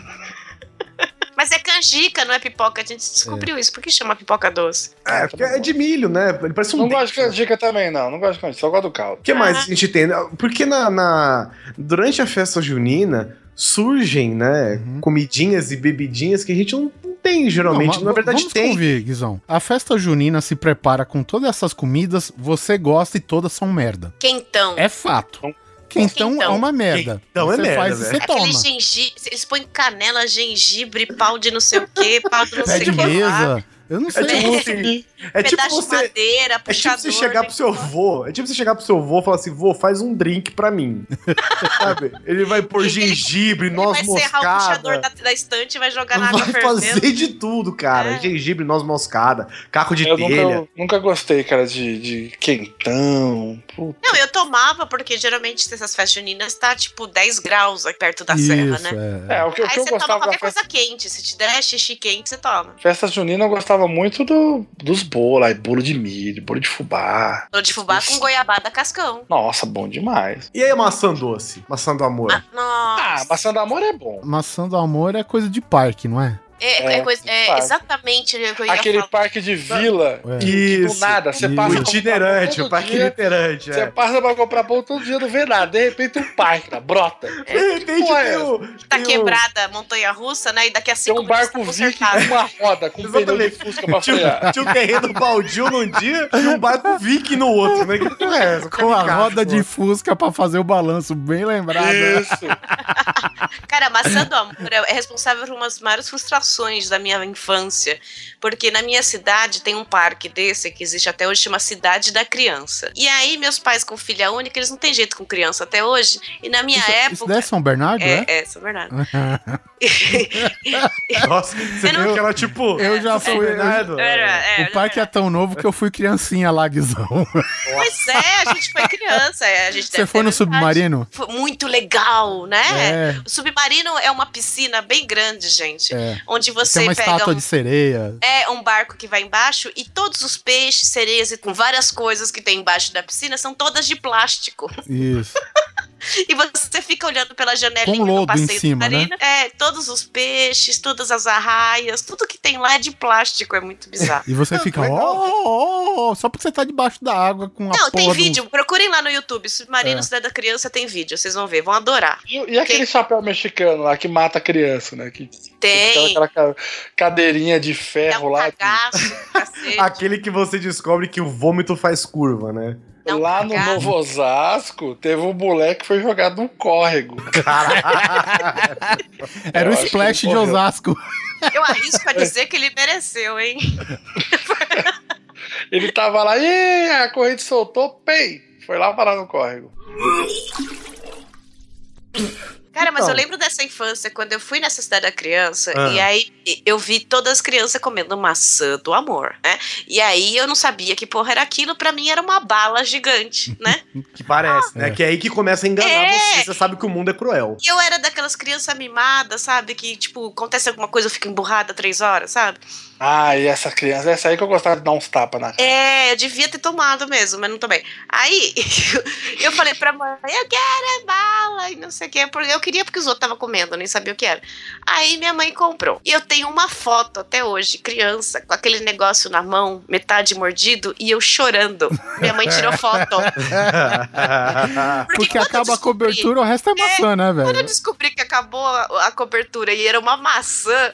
Mas é canjica, não é pipoca. A gente descobriu isso. Por que chama pipoca doce? Porque é de milho, né? Ele parece um Não dente. gosto de canjica também, não. Não gosto de canjica, só gosto do caldo. O que mais a gente tem? Porque durante a festa junina surgem, né, comidinhas e bebidinhas que a gente não tem, geralmente. Na verdade, vamos tem. convir, Guizão. A festa junina se prepara com todas essas comidas, você gosta e todas são merda. Quentão. É fato. Quentão é uma merda. Quentão é Você merda, faz e você Aquele toma. gengibre, eles põem canela, gengibre, pau de não sei o que, pau de não Pé sei de o que lá. mesa. Eu não sei. É tipo Pedaço de madeira, É tipo puxador. você chegar pro seu avô. É tipo você chegar pro seu avô e falar assim: vô, faz um drink pra mim. Sabe? Ele vai pôr gengibre, noz Ele vai serrar o puxador moscada. da estante e vai jogar na água Vai fervendo. fazer de tudo, cara. Gengibre, noz moscada, caco de Eu telha. nunca gostei, cara, de quentão. Puta. Não, eu tomava, porque geralmente nessas festas juninas tá tipo 10 graus aqui perto da serra, né? O que Aí eu você toma gostava da qualquer coisa quente. Se te der xixi quente, você toma. festa junina, eu gostava muito dos bolos, aí, bolo de milho, bolo de fubá. Bolo de fubá com goiabada cascão. Nossa, bom demais. E aí, maçã doce? Maçã do amor? Nossa. Maçã do amor é bom. Maçã do amor é coisa de parque, não é? É exatamente o que eu ia Aquele falar. parque de vila, que do nada, você passa pra itinerante, comprar o parque todo dia, itinerante. Você passa pra comprar pão todo dia, não vê nada. De repente um parque, tá? Brota. De repente Tá quebrada a montanha-russa, né? E daqui a 5 Tem um barco viking com uma roda, com um pneu de fusca pra frear. Tinha um terreno baldio num dia e um barco viking no outro, né? Que porra é essa? Com a roda de fusca pra fazer o balanço, bem lembrado. Isso. Cara, a maçã do amor é responsável por umas maiores frustrações da minha infância. Porque na minha cidade tem um parque desse que existe até hoje, chama Cidade da Criança. E aí, meus pais com filha única, eles não têm jeito com criança até hoje. E na minha época. Isso daí é São Bernardo, É, São Bernardo. Nossa, você viu que ela, tipo. Eu já fui. Bernardo. O parque é tão novo que eu fui criancinha lá, Guizão. Pois é, a gente foi criança. A gente Você foi no submarino? Foi muito legal, né? É. O submarino é uma piscina bem grande, gente. É. Onde você Tem uma pega estátua de sereia. É um barco que vai embaixo e todos os peixes, sereias e com várias coisas que tem embaixo da piscina são todas de plástico. Isso. E você fica olhando pela janelinha Com lodo do passeio em cima, submarino. né? É, todos os peixes, todas as arraias, tudo que tem lá é de plástico, é muito bizarro. E você fica, só porque você tá debaixo da água com a Não, tem porra vídeo, procurem lá no YouTube, Submarino Cidade da Criança tem vídeo, vocês vão ver, vão adorar. E aquele chapéu mexicano lá que mata a criança, né? Que Tem. Aquela cadeirinha de ferro lá. Aquele que você descobre que o vômito faz curva, né? Lá no Novo Osasco, teve um moleque que foi jogado num córrego. Era o Splash de Osasco. Eu arrisco a dizer que ele mereceu, hein? Ele tava lá, e a corrente soltou, pei! Foi lá parar no córrego. Cara, mas Então. eu lembro dessa infância, quando eu fui nessa cidade da criança, e aí eu vi todas as crianças comendo maçã do amor, né? E aí eu não sabia que porra era aquilo, pra mim era uma bala gigante, né? Que parece, né? Que é aí que começa a enganar você. Você sabe que o mundo é cruel. E eu era daquelas crianças mimadas, sabe? Que, tipo, acontece alguma coisa, eu fico emburrada 3 horas, sabe? Ah, e essa criança, essa aí que eu gostava de dar uns tapas na cara. Eu devia ter tomado mesmo, mas não tomei. Aí, eu falei pra mãe, eu quero bala, e não sei o que. Eu queria porque os outros estavam comendo, eu nem sabia o que era. Aí minha mãe comprou. E eu tenho uma foto até hoje, criança, com aquele negócio na mão, metade mordido, e eu chorando. Minha mãe tirou foto. Porque acaba a cobertura, o resto é maçã, né, velho? Quando eu descobri que acabou a cobertura e era uma maçã,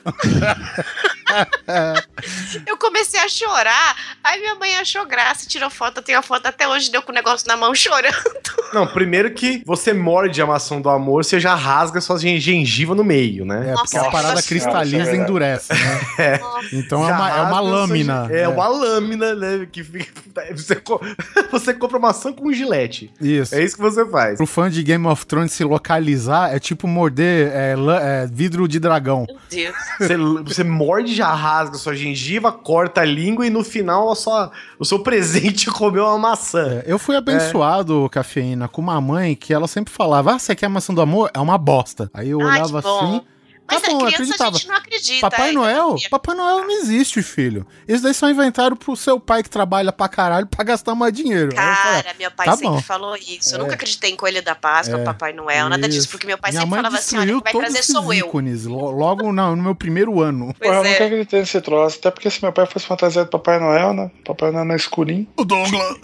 eu comecei a chorar. Aí minha mãe achou graça, tirou foto. Eu tenho a foto até hoje, deu com o negócio na mão chorando. Não, primeiro que você morde a maçã do amor, você já rasga sua gengiva no meio, né? Porque a parada cristaliza e endurece, né? Então é uma lâmina. É uma lâmina, né? Que fica, você compra maçã com gilete. Isso. É isso que você faz. Pro fã de Game of Thrones se localizar, é tipo morder vidro de dragão. Meu Deus. Você morde, já rasga sua gengiva, corta a língua e no final o seu presente comeu uma maçã. Eu fui abençoado, Cafeína, com uma mãe que ela sempre falava, você quer maçã do amor? É uma bosta. Aí eu olhava assim... Mas tá bom, a eu criança acreditava. a gente não acredita. Papai Noel? Papai Noel não existe, filho. Isso daí só inventaram pro seu pai que trabalha pra caralho pra gastar mais dinheiro. Cara, meu pai tá sempre bom. falou isso. Eu nunca acreditei em Coelho da Páscoa, Papai Noel, nada disso. Porque meu pai Minha sempre mãe falava assim, olha, quem vai trazer sou eu. ícones, logo no meu primeiro ano. Porra, eu nunca acreditei nesse troço. Até porque se meu pai fosse fantasiado de Papai Noel, né? Papai Noel na escurinho. O Douglas.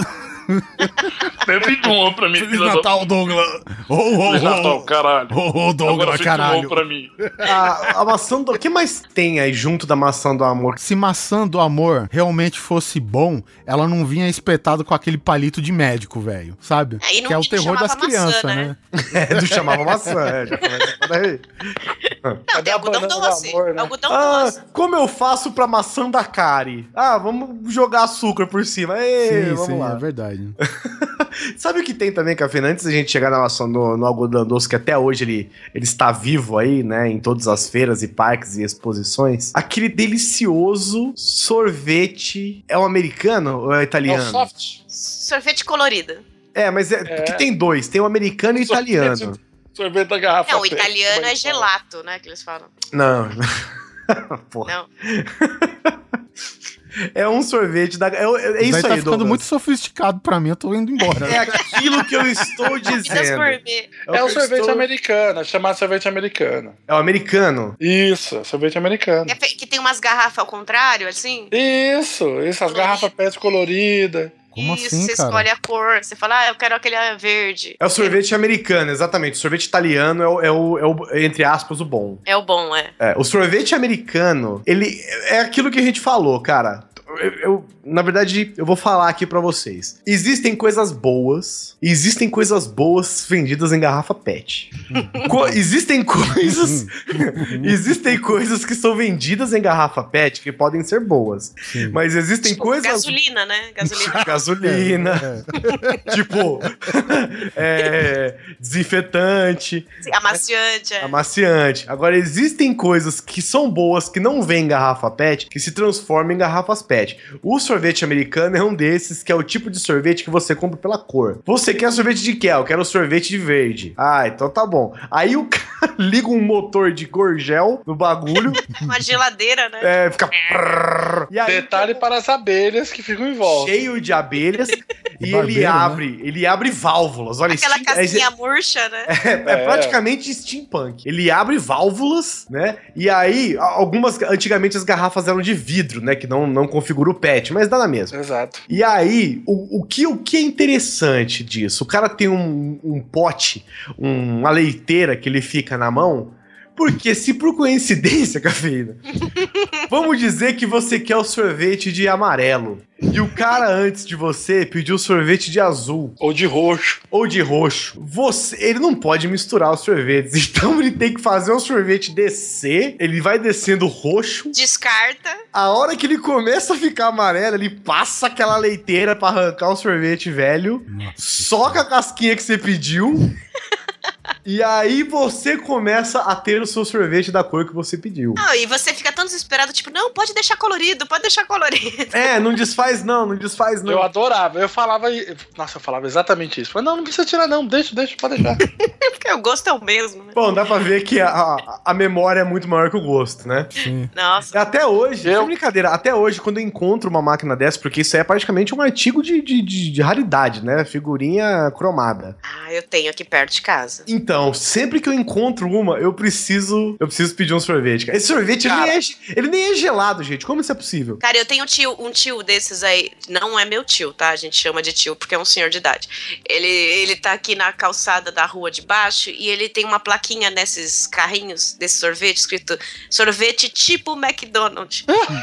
Feliz Natal pra mim. Feliz Natal, Douglas. Feliz Natal, caralho. Douglas, caralho. Pra mim. A maçã do... O que mais tem aí junto da maçã do amor? Se maçã do amor realmente fosse bom, ela não vinha espetado com aquele palito de médico, velho. Sabe? Não, que é o terror das crianças, maçã, né? Não chamava maçã, já começa por aí. Não, tem algodão doce. Amor, né? Algodão doce. Como eu faço pra maçã da Kari? Vamos jogar açúcar por cima. Vamos lá. É verdade. Sabe o que tem também, Cafeína? Antes da gente chegar na maçã no algodão doce, que até hoje ele está vivo aí, né? Em todas as feiras e parques e exposições. Aquele delicioso sorvete. É um americano ou é italiano? É o soft. Sorvete colorido. Mas porque tem dois. Tem o americano e o italiano. Sorvete da garrafa. Não, o italiano é gelato, né? Que eles falam. Não. Porra. Não. É um sorvete da... É isso aí, tá ficando Douglas. muito sofisticado pra mim, eu tô indo embora. É aquilo que eu estou dizendo. É o sorvete americano, é chamado sorvete americano. É o americano? Isso, sorvete americano. Que tem umas garrafas ao contrário, assim? Isso, as garrafas PET coloridas. Como isso, assim, você cara? escolhe a cor. Você fala, eu quero aquele verde. É o sorvete americano, exatamente. O sorvete italiano é o entre aspas, o bom. É o bom, O sorvete americano, ele é aquilo que a gente falou, cara. Na verdade, eu vou falar aqui pra vocês. Existem coisas boas vendidas em garrafa PET. Existem coisas que são vendidas em garrafa PET que podem ser boas. Sim. Mas existem tipo, coisas... Gasolina, né? Gasolina. Tipo, desinfetante. Amaciante. Amaciante. Agora, existem coisas que são boas, que não vêm em garrafa PET, que se transformam em garrafas PET. O sorvete americano é um desses, que é o tipo de sorvete que você compra pela cor. Você quer sorvete de quê? Eu quero sorvete de verde. Então tá bom. Aí o cara liga um motor de gorgel no bagulho. Uma geladeira, né? Fica... E aí, detalhe para as abelhas que ficam em volta. Cheio de abelhas. E barbeiro, ele abre válvulas. Olha, aquela casinha murcha, né? É praticamente steampunk. Ele abre válvulas, né? E aí, antigamente as garrafas eram de vidro, né? Que não configura o PET, mas dá na mesma. Exato. E aí, o que é interessante disso? O cara tem um pote, uma leiteira que ele fica na mão, porque se por coincidência, Cafeína, vamos dizer que você quer o sorvete de amarelo, e o cara antes de você pediu sorvete de azul. Ou de roxo. Ele não pode misturar os sorvetes, então ele tem que fazer um sorvete descer, ele vai descendo roxo. Descarta. A hora que ele começa a ficar amarelo, ele passa aquela leiteira pra arrancar o sorvete velho, soca a casquinha que você pediu... E aí você começa a ter o seu sorvete da cor que você pediu. Não, e você fica tão desesperado, tipo, não, pode deixar colorido, pode deixar colorido. Não desfaz não desfaz não. Eu adorava, eu falava exatamente isso. Falei, não precisa tirar não, deixa, pode deixar. Porque o gosto é o mesmo, né? Bom, dá pra ver que a memória é muito maior que o gosto, né? Sim. Nossa. Até hoje, sem brincadeira, até hoje, quando eu encontro uma máquina dessa, porque isso é praticamente um artigo de raridade, né? Figurinha cromada. Ah, eu tenho aqui perto de casa. Então, sempre que eu encontro uma, eu preciso pedir um sorvete. Cara. Esse sorvete, ele nem é gelado, gente. Como isso é possível? Cara, eu tenho um tio desses aí, não é meu tio, tá? A gente chama de tio porque é um senhor de idade. Ele tá aqui na calçada da rua de baixo e ele tem uma plaquinha nesses carrinhos desse sorvete, escrito sorvete tipo McDonald's.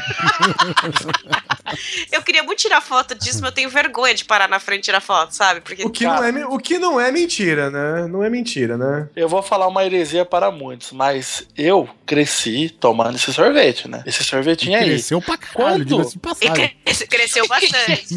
Eu queria muito tirar foto disso, mas eu tenho vergonha de parar na frente e tirar foto, sabe? Porque, o que não é mentira, né? Não é mentira, né? Eu vou falar uma heresia para muitos, mas eu cresci tomando esse sorvete, né? Esse sorvetinho aí. Cresceu pra caralho, diga-se de passagem. Cresceu bastante.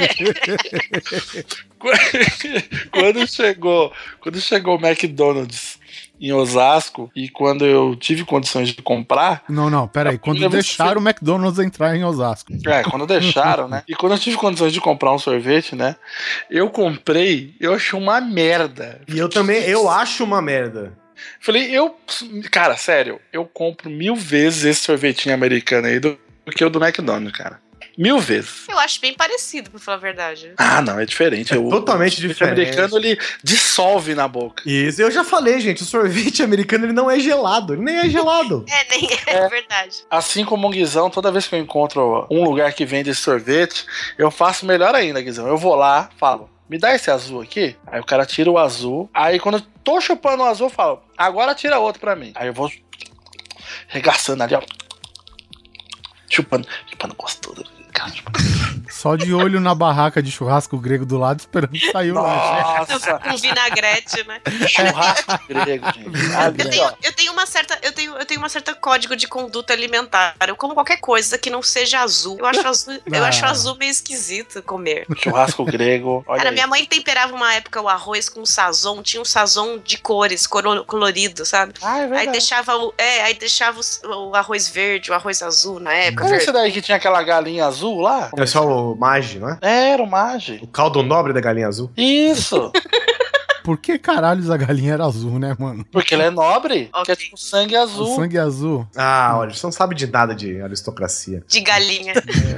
Quando chegou o McDonald's em Osasco e quando eu tive condições de comprar... Não, peraí. Quando deixaram o McDonald's entrar em Osasco. Quando deixaram, né? E quando eu tive condições de comprar um sorvete, né? Eu comprei, eu achei uma merda. E eu também, eu acho uma merda. Falei, cara, sério, eu compro 1000 vezes esse sorvetinho americano aí do que o do McDonald's, cara. 1000 vezes. Eu acho bem parecido, pra falar a verdade. Ah, não, é diferente. Totalmente diferente. O americano, ele dissolve na boca. Isso, eu já falei, gente, o sorvete americano, ele não é gelado. Ele nem é gelado. Nem é verdade. Assim como o Guizão, toda vez que eu encontro um lugar que vende esse sorvete, eu faço melhor ainda, Guizão. Eu vou lá, falo, me dá esse azul aqui. Aí o cara tira o azul. Aí quando eu tô chupando o azul, eu falo, agora tira outro pra mim. Aí eu vou regaçando ali, ó. Chupando gostoso. Só de olho na barraca de churrasco grego do lado, esperando sair o lanche. Nossa! Com vinagrete, né? Churrasco grego, gente. Eu tenho uma certa código de conduta alimentar. Eu como qualquer coisa que não seja azul. Eu acho azul meio esquisito comer. Churrasco grego. Olha Cara, aí. minha mãe temperava uma época o arroz com sazon. Tinha um sazon de cores, colorido, sabe? Ah, é verdade. Aí deixava o arroz verde, o arroz azul na época. Não é esse daí que tinha aquela galinha azul lá? É só o Mage, não é? Era o Mage. O caldo nobre da galinha azul. Isso. Por que caralhos a galinha era azul, né, mano? Porque ela é nobre. Ok. Que é tipo sangue azul. O sangue azul. Ah, olha, você não sabe de nada de aristocracia. De galinha.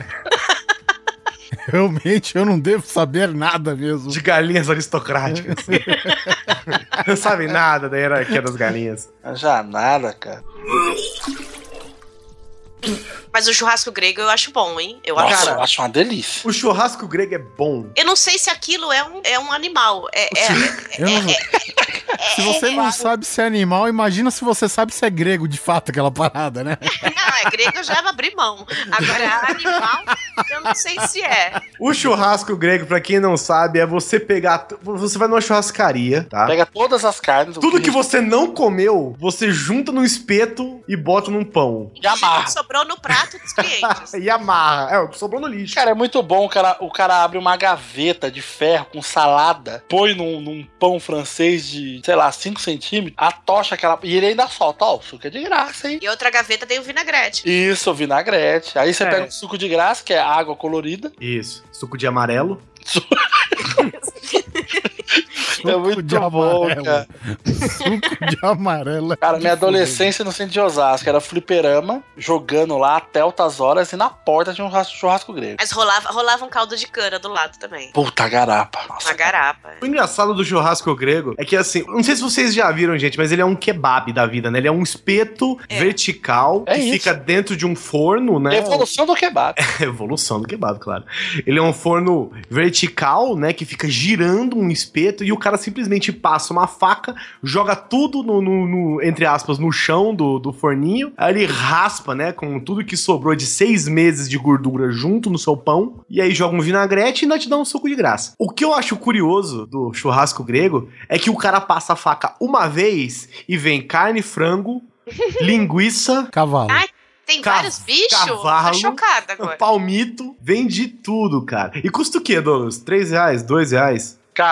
Realmente, eu não devo saber nada mesmo. De galinhas aristocráticas. Não sabe nada da hierarquia das galinhas. Já nada, cara. Mas o churrasco grego eu acho bom, hein? Eu acho uma delícia. O churrasco grego é bom. Eu não sei se aquilo é um animal. Se você não sabe se é animal, imagina se você sabe se é grego de fato aquela parada, né? Não, é grego, eu já vou abrir mão. Agora, animal, eu não sei se é. O churrasco grego, pra quem não sabe, é você pegar... Você vai numa churrascaria, tá? Pega todas as carnes. Tudo que você não comeu, você junta no espeto e bota num pão. E amarra. Sobrou no prato dos clientes. E amarra. Sobrou no lixo. Cara, é muito bom. O cara abre uma gaveta de ferro com salada, põe num pão francês de, sei lá, 5 centímetros, atocha aquela... E ele ainda solta. Ó, o suco é de graça, hein? E outra gaveta tem o vinagrete. Isso, vinagrete. Aí você pega o suco de graça, que é água colorida. Isso. Suco de amarelo. É muito bom, cara. Suco de amarelo. Cara, minha adolescência no centro de Osasco era fliperama, jogando lá até altas horas e na porta tinha um churrasco grego. Mas rolava um caldo de cana do lado também. Puta garapa. Nossa, uma garapa. O engraçado do churrasco grego é que, assim, não sei se vocês já viram, gente, mas ele é um kebab da vida, né? Ele é um espeto vertical que fica dentro de um forno, né? Evolução do kebab. Evolução do kebab, claro. Ele é um forno vertical, né? Que fica girando um espeto e o cara simplesmente passa uma faca, joga tudo entre aspas, no chão do forninho. Aí ele raspa, né? Com tudo que sobrou de 6 meses de gordura junto no seu pão. E aí joga um vinagrete e ainda te dá um suco de graça. O que eu acho curioso do churrasco grego é que o cara passa a faca uma vez e vem carne, frango, linguiça, cavalo. Ai, tem vários bichos? Cavalo, tô chocada agora. Palmito, vende tudo, cara. E custa o quê, Douglas? R$3? R$2? Cara,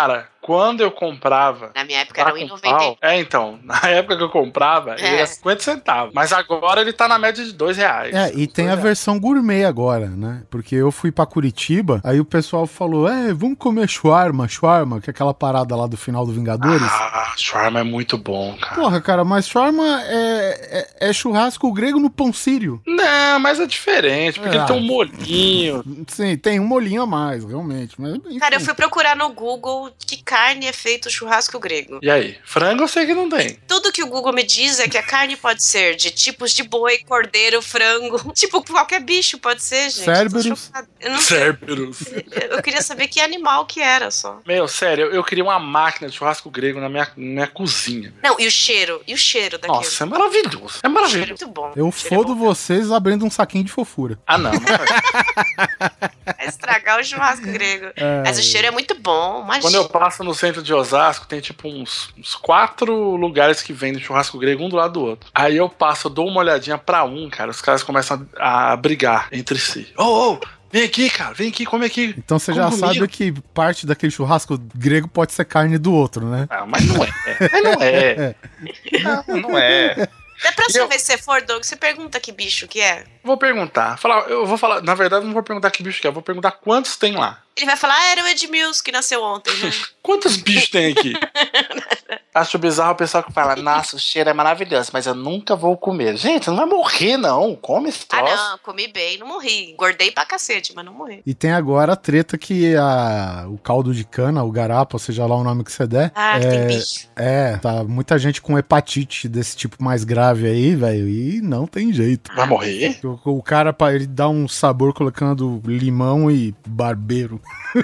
Quando eu comprava... Na minha época era tá com R$1,90. pau. Então, na época que eu comprava, ele era 50 centavos. Mas agora ele tá na média de R$2. E tem a versão gourmet agora, né? Porque eu fui pra Curitiba, aí o pessoal falou, vamos comer shawarma, que é aquela parada lá do final do Vingadores. Shawarma é muito bom, cara. Porra, cara, mas shawarma é churrasco grego no pão sírio. Não, mas é diferente, porque ele tem um molhinho. Sim, tem um molhinho a mais, realmente. Mas, cara, eu fui procurar no Google que carne é feito churrasco grego. E aí? Frango eu sei que não tem. Tudo que o Google me diz é que a carne pode ser de tipos de boi, cordeiro, frango. Tipo, qualquer bicho pode ser, gente. Cérebros. Cérebros. Eu queria saber que animal que era só. Meu, sério, eu queria uma máquina de churrasco grego na minha cozinha. Não, e o cheiro daquilo. Nossa, é maravilhoso. É maravilhoso. Muito bom. Eu fodo vocês abrindo um saquinho de fofura. Ah, não. Vai estragar o churrasco grego. Mas o cheiro é muito bom. Imagina. Quando eu passo no centro de Osasco, tem tipo uns 4 lugares que vendem churrasco grego um do lado do outro. Aí eu passo, eu dou uma olhadinha pra cara, os caras começam a brigar entre si. Vem aqui, cara, vem aqui, come aqui. Então você já sabe que parte daquele churrasco grego pode ser carne do outro, né? Mas não é. Não é. Da próxima vez que você for, Doug, você pergunta que bicho que é. Vou perguntar. Eu vou falar. Na verdade, não vou perguntar que bicho que é. Eu vou perguntar quantos tem lá. Ele vai falar, era o Edmilson que nasceu ontem, né? Quantos bichos tem aqui? Acho bizarro o pessoal que fala, nossa, o cheiro é maravilhoso, mas eu nunca vou comer. Gente, não vai morrer, não. Come esse troço. Não, comi bem, não morri. Engordei pra cacete, mas não morri. E tem agora a treta que o caldo de cana, o garapa, seja lá o nome que você der. Tem bicho. Tá muita gente com hepatite desse tipo mais grave aí, velho, e não tem jeito. Vai morrer? O cara, ele dá um sabor colocando limão e barbeiro.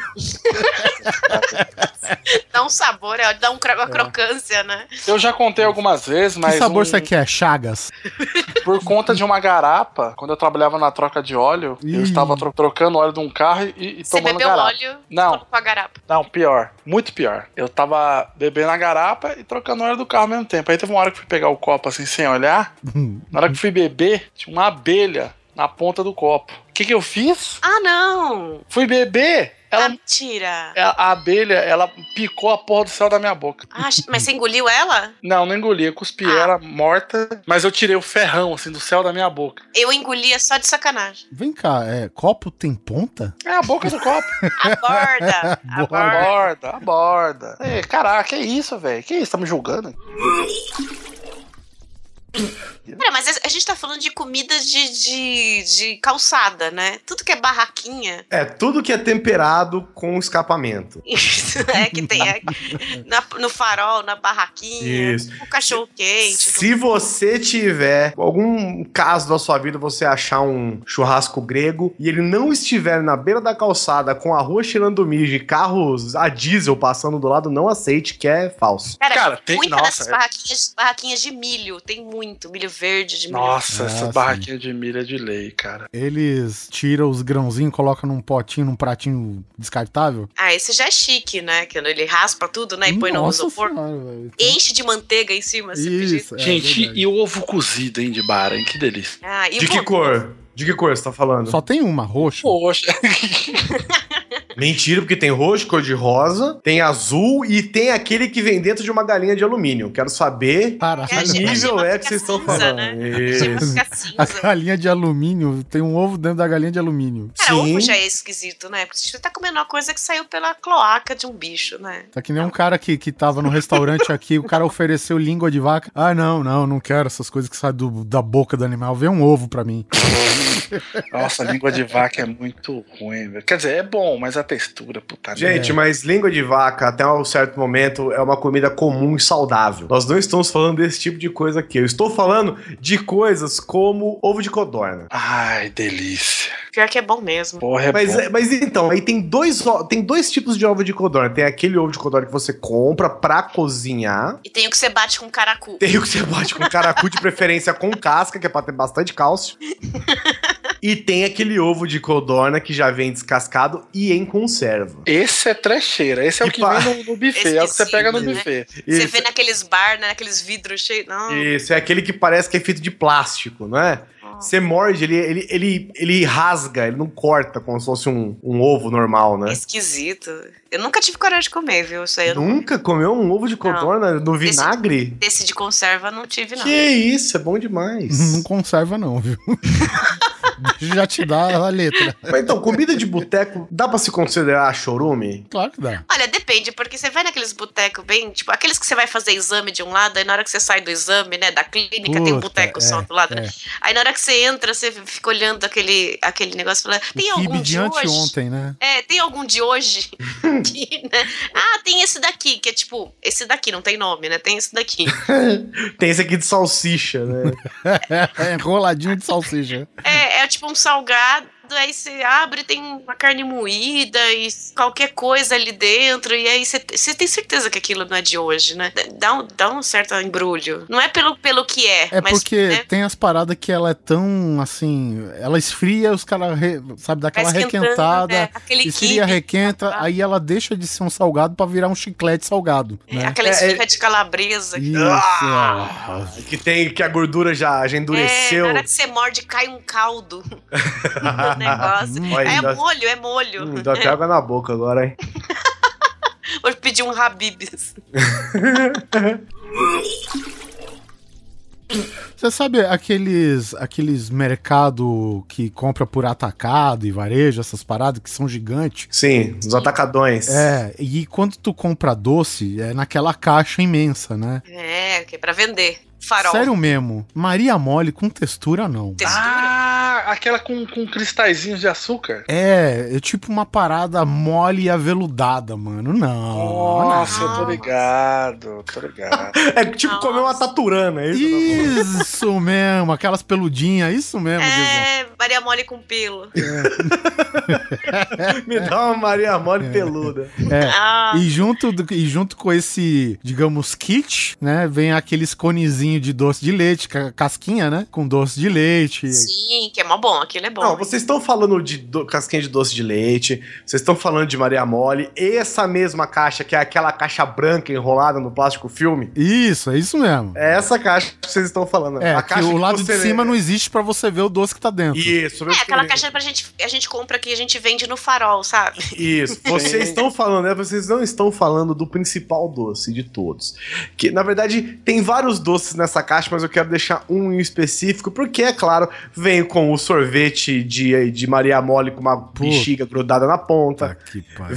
Dá um sabor, dá uma crocância, né? Eu já contei algumas vezes, mas... Que sabor você quer? Chagas? Por conta de uma garapa, quando eu trabalhava na troca de óleo, eu estava trocando óleo de um carro e tomando garapa. Você bebeu óleo com a garapa? Não, pior. Muito pior. Eu tava bebendo a garapa e trocando óleo do carro ao mesmo tempo. Aí teve uma hora que eu fui pegar o copo assim, sem olhar. Na hora que eu fui beber, tinha uma abelha na ponta do copo. O que eu fiz? Não! Fui beber... Mentira! A abelha, ela picou a porra do céu da minha boca. Mas você engoliu ela? Não engoli. Eu cuspi ela morta, mas eu tirei o ferrão, assim, do céu da minha boca. Eu engolia só de sacanagem. Vem cá, copo tem ponta? É a boca do copo. A borda. Caraca, que isso, velho? Que isso? Tá me julgando? Cara, mas a gente tá falando de comida de calçada, né? Tudo que é barraquinha. Tudo que é temperado com escapamento. Isso, que tem no farol, na barraquinha, o cachorro quente. Se você tiver algum caso da sua vida, você achar um churrasco grego e ele não estiver na beira da calçada com a rua cheirando mijo e carros a diesel passando do lado, não aceite, que é falso. Cara, tem muitas barraquinhas de milho, tem muito milho verde de milho. Nossa, essa barraquinha de milho é de lei, cara. Eles tiram os grãozinhos, colocam num potinho, num pratinho descartável. Esse já é chique, né? Que ele raspa tudo, né? E põe no isopor. Enche de manteiga em cima. Isso, gente, e o ovo cozido, hein, de bar, hein? Que delícia. De que cor? De que cor você tá falando? Só tem uma, roxa. Mentira, porque tem roxo, cor de rosa, tem azul e tem aquele que vem dentro de uma galinha de alumínio. Quero saber que nível que vocês estão falando. Né? A galinha de alumínio, tem um ovo dentro da galinha de alumínio. Cara, ovo já é esquisito, né? Porque você tá comendo uma coisa que saiu pela cloaca de um bicho, né? Tá que nem um cara que tava no restaurante aqui, o cara ofereceu língua de vaca. Não quero essas coisas que saem da boca do animal. Vê um ovo pra mim. Nossa, língua de vaca é muito ruim, velho. Quer dizer, é bom, mas a textura, puta. Gente, mas língua de vaca, até um certo momento, é uma comida comum e saudável. Nós não estamos falando desse tipo de coisa aqui. Eu estou falando de coisas como ovo de codorna. Ai, delícia. Pior que é bom mesmo. Porra, mas então, aí tem dois tipos de ovo de codorna. Tem aquele ovo de codorna que você compra pra cozinhar. E tem o que você bate com caracu. Tem o que você bate com caracu, de preferência com casca, que é pra ter bastante cálcio. E tem aquele ovo de codorna que já vem descascado e em conserva. Esse é trecheira. Esse é o que vem no buffet. É o que você pega no buffet. Você vê naqueles bar, né? Naqueles vidros cheios. Isso, é aquele que parece que é feito de plástico, não é? Você morde, ele rasga, ele não corta como se fosse um ovo normal, né? Esquisito. Eu nunca tive coragem de comer, viu? Isso aí eu Nunca comeu um ovo de codorna no vinagre? Desse de conserva não tive, não. Que isso, é bom demais. Não conserva não, viu? Deixa eu já te dar a letra. Mas então, comida de boteco, dá pra se considerar chorume? Claro que dá. Olha, depende, porque você vai naqueles botecos bem, tipo, aqueles que você vai fazer exame de um lado, aí na hora que você sai do exame, né, da clínica, tem um boteco só do lado, né? Aí na hora que você entra, você fica olhando aquele negócio, falando, tem algum de hoje? Ontem, né? Tem algum de hoje? Aqui, né? Ah, tem esse daqui, que é tipo, esse daqui, não tem nome, né? Tem esse daqui. Tem esse aqui de salsicha, né? Enroladinho de salsicha. É tipo um salgado, aí você abre, tem uma carne moída e qualquer coisa ali dentro, e aí você tem certeza que aquilo não é de hoje, né? Dá um certo embrulho. Não é pelo que mas... porque né? Tem as paradas que ela é tão, assim, ela esfria, os caras, sabe, dá aquela requentada, esfria, requenta, aí ela deixa de ser um salgado pra virar um chiclete salgado. Né? Aquela esfirra de calabresa. Que a gordura já endureceu. Na hora que você morde, cai um caldo. Negócio. É molho. Dá até água na boca agora, hein? Vou pedir um Habib's. Você sabe aqueles mercado que compra por atacado e varejo, essas paradas que são gigantes? Sim, os atacadões. E quando tu compra doce, é naquela caixa imensa, né? Que é pra vender. Farol. Sério mesmo, Maria Mole com textura não. Aquela com cristalzinhos de açúcar? É tipo uma parada mole e aveludada, mano. Não. Nossa, eu tô ligado. É tipo comer uma taturana, é isso? Isso mesmo, aquelas peludinhas, isso mesmo. Maria Mole com pelo. Me dá uma Maria Mole peluda. E junto com esse, digamos, kit, né, vem aqueles conezinhos de doce de leite, casquinha, né? Com doce de leite. Sim, que é mó bom, aquilo é bom. Não, vocês estão falando de casquinha de doce de leite, vocês estão falando de Maria Mole, essa mesma caixa, que é aquela caixa branca enrolada no plástico filme. Isso, é isso mesmo. É essa caixa que vocês estão falando. A caixa que o lado de cima não existe pra você ver o doce que tá dentro. Isso. Aquela caixa a gente compra que a gente vende no farol, sabe? Isso. Vocês estão falando, né? Vocês não estão falando do principal doce de todos. Que, na verdade, tem vários doces nessa caixa, mas eu quero deixar um em específico, porque, é claro, vem com o sorvete de Maria Mole com uma bexiga grudada na ponta. Que pariu.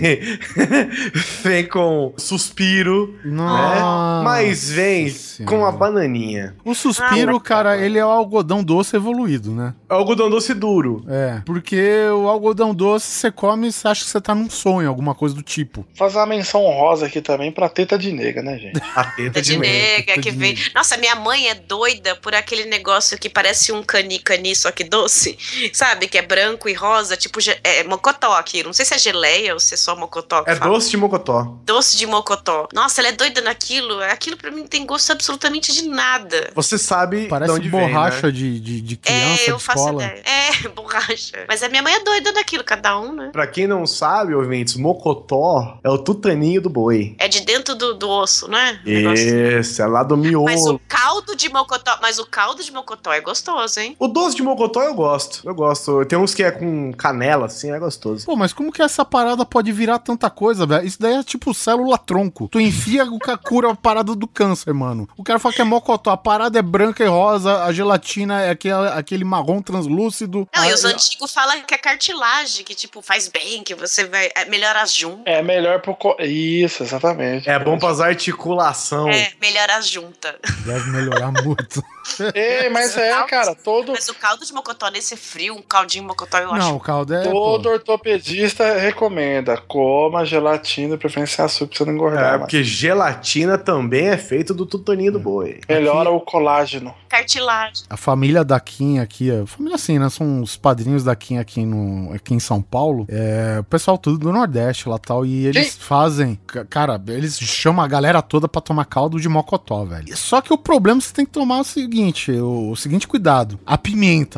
Vem com suspiro, né? Mas vem com a bananinha. O suspiro, cara, ele é o algodão doce evoluído, né? É o algodão doce duro. Porque o algodão doce você come e você acha que você tá num sonho, alguma coisa do tipo. Fazer uma menção honrosa aqui também pra teta de nega, né, gente? A teta de nega que vem. Nossa, minha mãe é doida por aquele negócio que parece um cani, só que doce, sabe? Que é branco e rosa, tipo mocotó aqui. Não sei se é geleia ou se é só mocotó. É doce de mocotó. Doce de mocotó. Nossa, ela é doida naquilo. Aquilo pra mim não tem gosto absolutamente de nada. Você sabe parece de onde borracha vem, né? de criança, eu de faço escola. ideia. Borracha. Mas a minha mãe é doida daquilo, cada um, né? Pra quem não sabe, ouvintes, mocotó é o tutaninho do boi. É de dentro do osso, né? Isso, é lá do miolo. Mas o caldo de mocotó é gostoso, hein? O doce de mocotó eu gosto. Tem uns que é com canela, assim, é gostoso. Pô, mas como que essa parada pode virar tanta coisa, velho? Isso daí é tipo célula-tronco. Tu enfia cura a parada do câncer, mano. O cara fala que é mocotó. A parada é branca e rosa, a gelatina é aquele marrom translúcido. Não, e os antigos falam que é cartilagem, que tipo, faz bem, que você vai... melhora as juntas. É melhor pro... Isso, exatamente. É bom pras articulação. Melhora as juntas. Deve melhorar muito. Mas cara, Mas o caldo de mocotó nesse frio, um caldinho de mocotó, eu acho. Não, o caldo é... Todo ortopedista recomenda. Coma gelatina, preferência açúcar, pra você não engordar. Porque gelatina também é feito do tutaninho do boi. Melhora o colágeno. Cartilagem. A família da Kim aqui, a família assim, né? São os padrinhos da Kim aqui em São Paulo. O pessoal tudo do Nordeste lá tal. E eles fazem... Cara, eles chamam a galera toda pra tomar caldo de mocotó, velho. Só que o problema você tem que tomar o seguinte cuidado. A pimenta,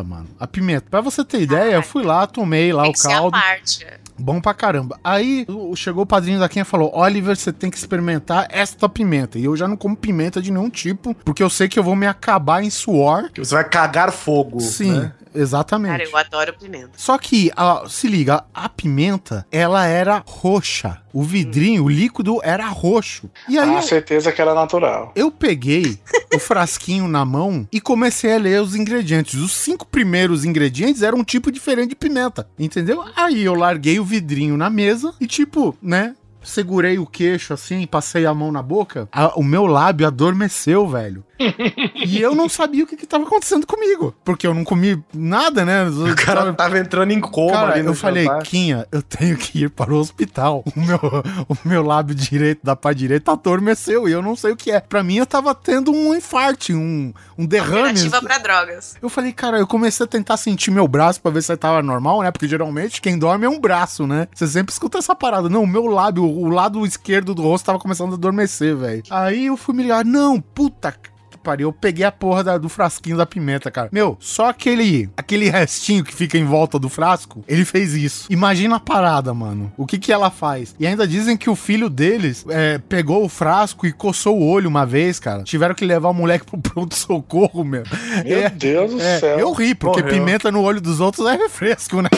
pimenta, mano. A pimenta. Pra você ter ideia, eu fui lá, tomei lá Tem o que ser a caldo. parte. Bom pra caramba. Aí chegou o padrinho da Quinha e falou: Oliver, você tem que experimentar esta pimenta. E eu já não como pimenta de nenhum tipo, porque eu sei que eu vou me acabar em suor. Que você vai cagar fogo. Sim, né? exatamente. Cara, eu adoro pimenta. Só que, se liga, a pimenta, ela era roxa. O vidrinho, o líquido era roxo. E aí certeza que era natural. eu peguei o frasquinho na mão e comecei a ler os ingredientes. Os 5 primeiros ingredientes eram um tipo diferente de pimenta, entendeu? Aí eu larguei o vidrinho na mesa e tipo, né? Segurei o queixo assim, passei a mão na boca. O meu lábio adormeceu, velho. E eu não sabia o que tava acontecendo comigo. Porque eu não comi nada, né? O cara tava entrando em coma. Cara, ali no eu falei, jantar. Quinha, eu tenho que ir para o hospital. O meu lábio direito da pá direita adormeceu e eu não sei o que é. Pra mim, eu tava tendo um infarte, um derrame. Alternativa pra drogas. Eu falei, cara, eu comecei a tentar sentir meu braço pra ver se tava normal, né? Porque geralmente quem dorme é um braço, né? Você sempre escuta essa parada. Não, o meu lábio, o lado esquerdo do rosto tava começando a adormecer, velho. Aí eu fui me ligar, não, puta que pariu, eu peguei a porra do frasquinho da pimenta, cara. Meu, só aquele restinho que fica em volta do frasco, ele fez isso. Imagina a parada, mano. O que ela faz? E ainda dizem que o filho deles pegou o frasco e coçou o olho uma vez, cara. Tiveram que levar o moleque pro pronto-socorro, meu. Meu Deus do céu. Eu ri, porque Morreu. pimenta no olho dos outros é refresco, né?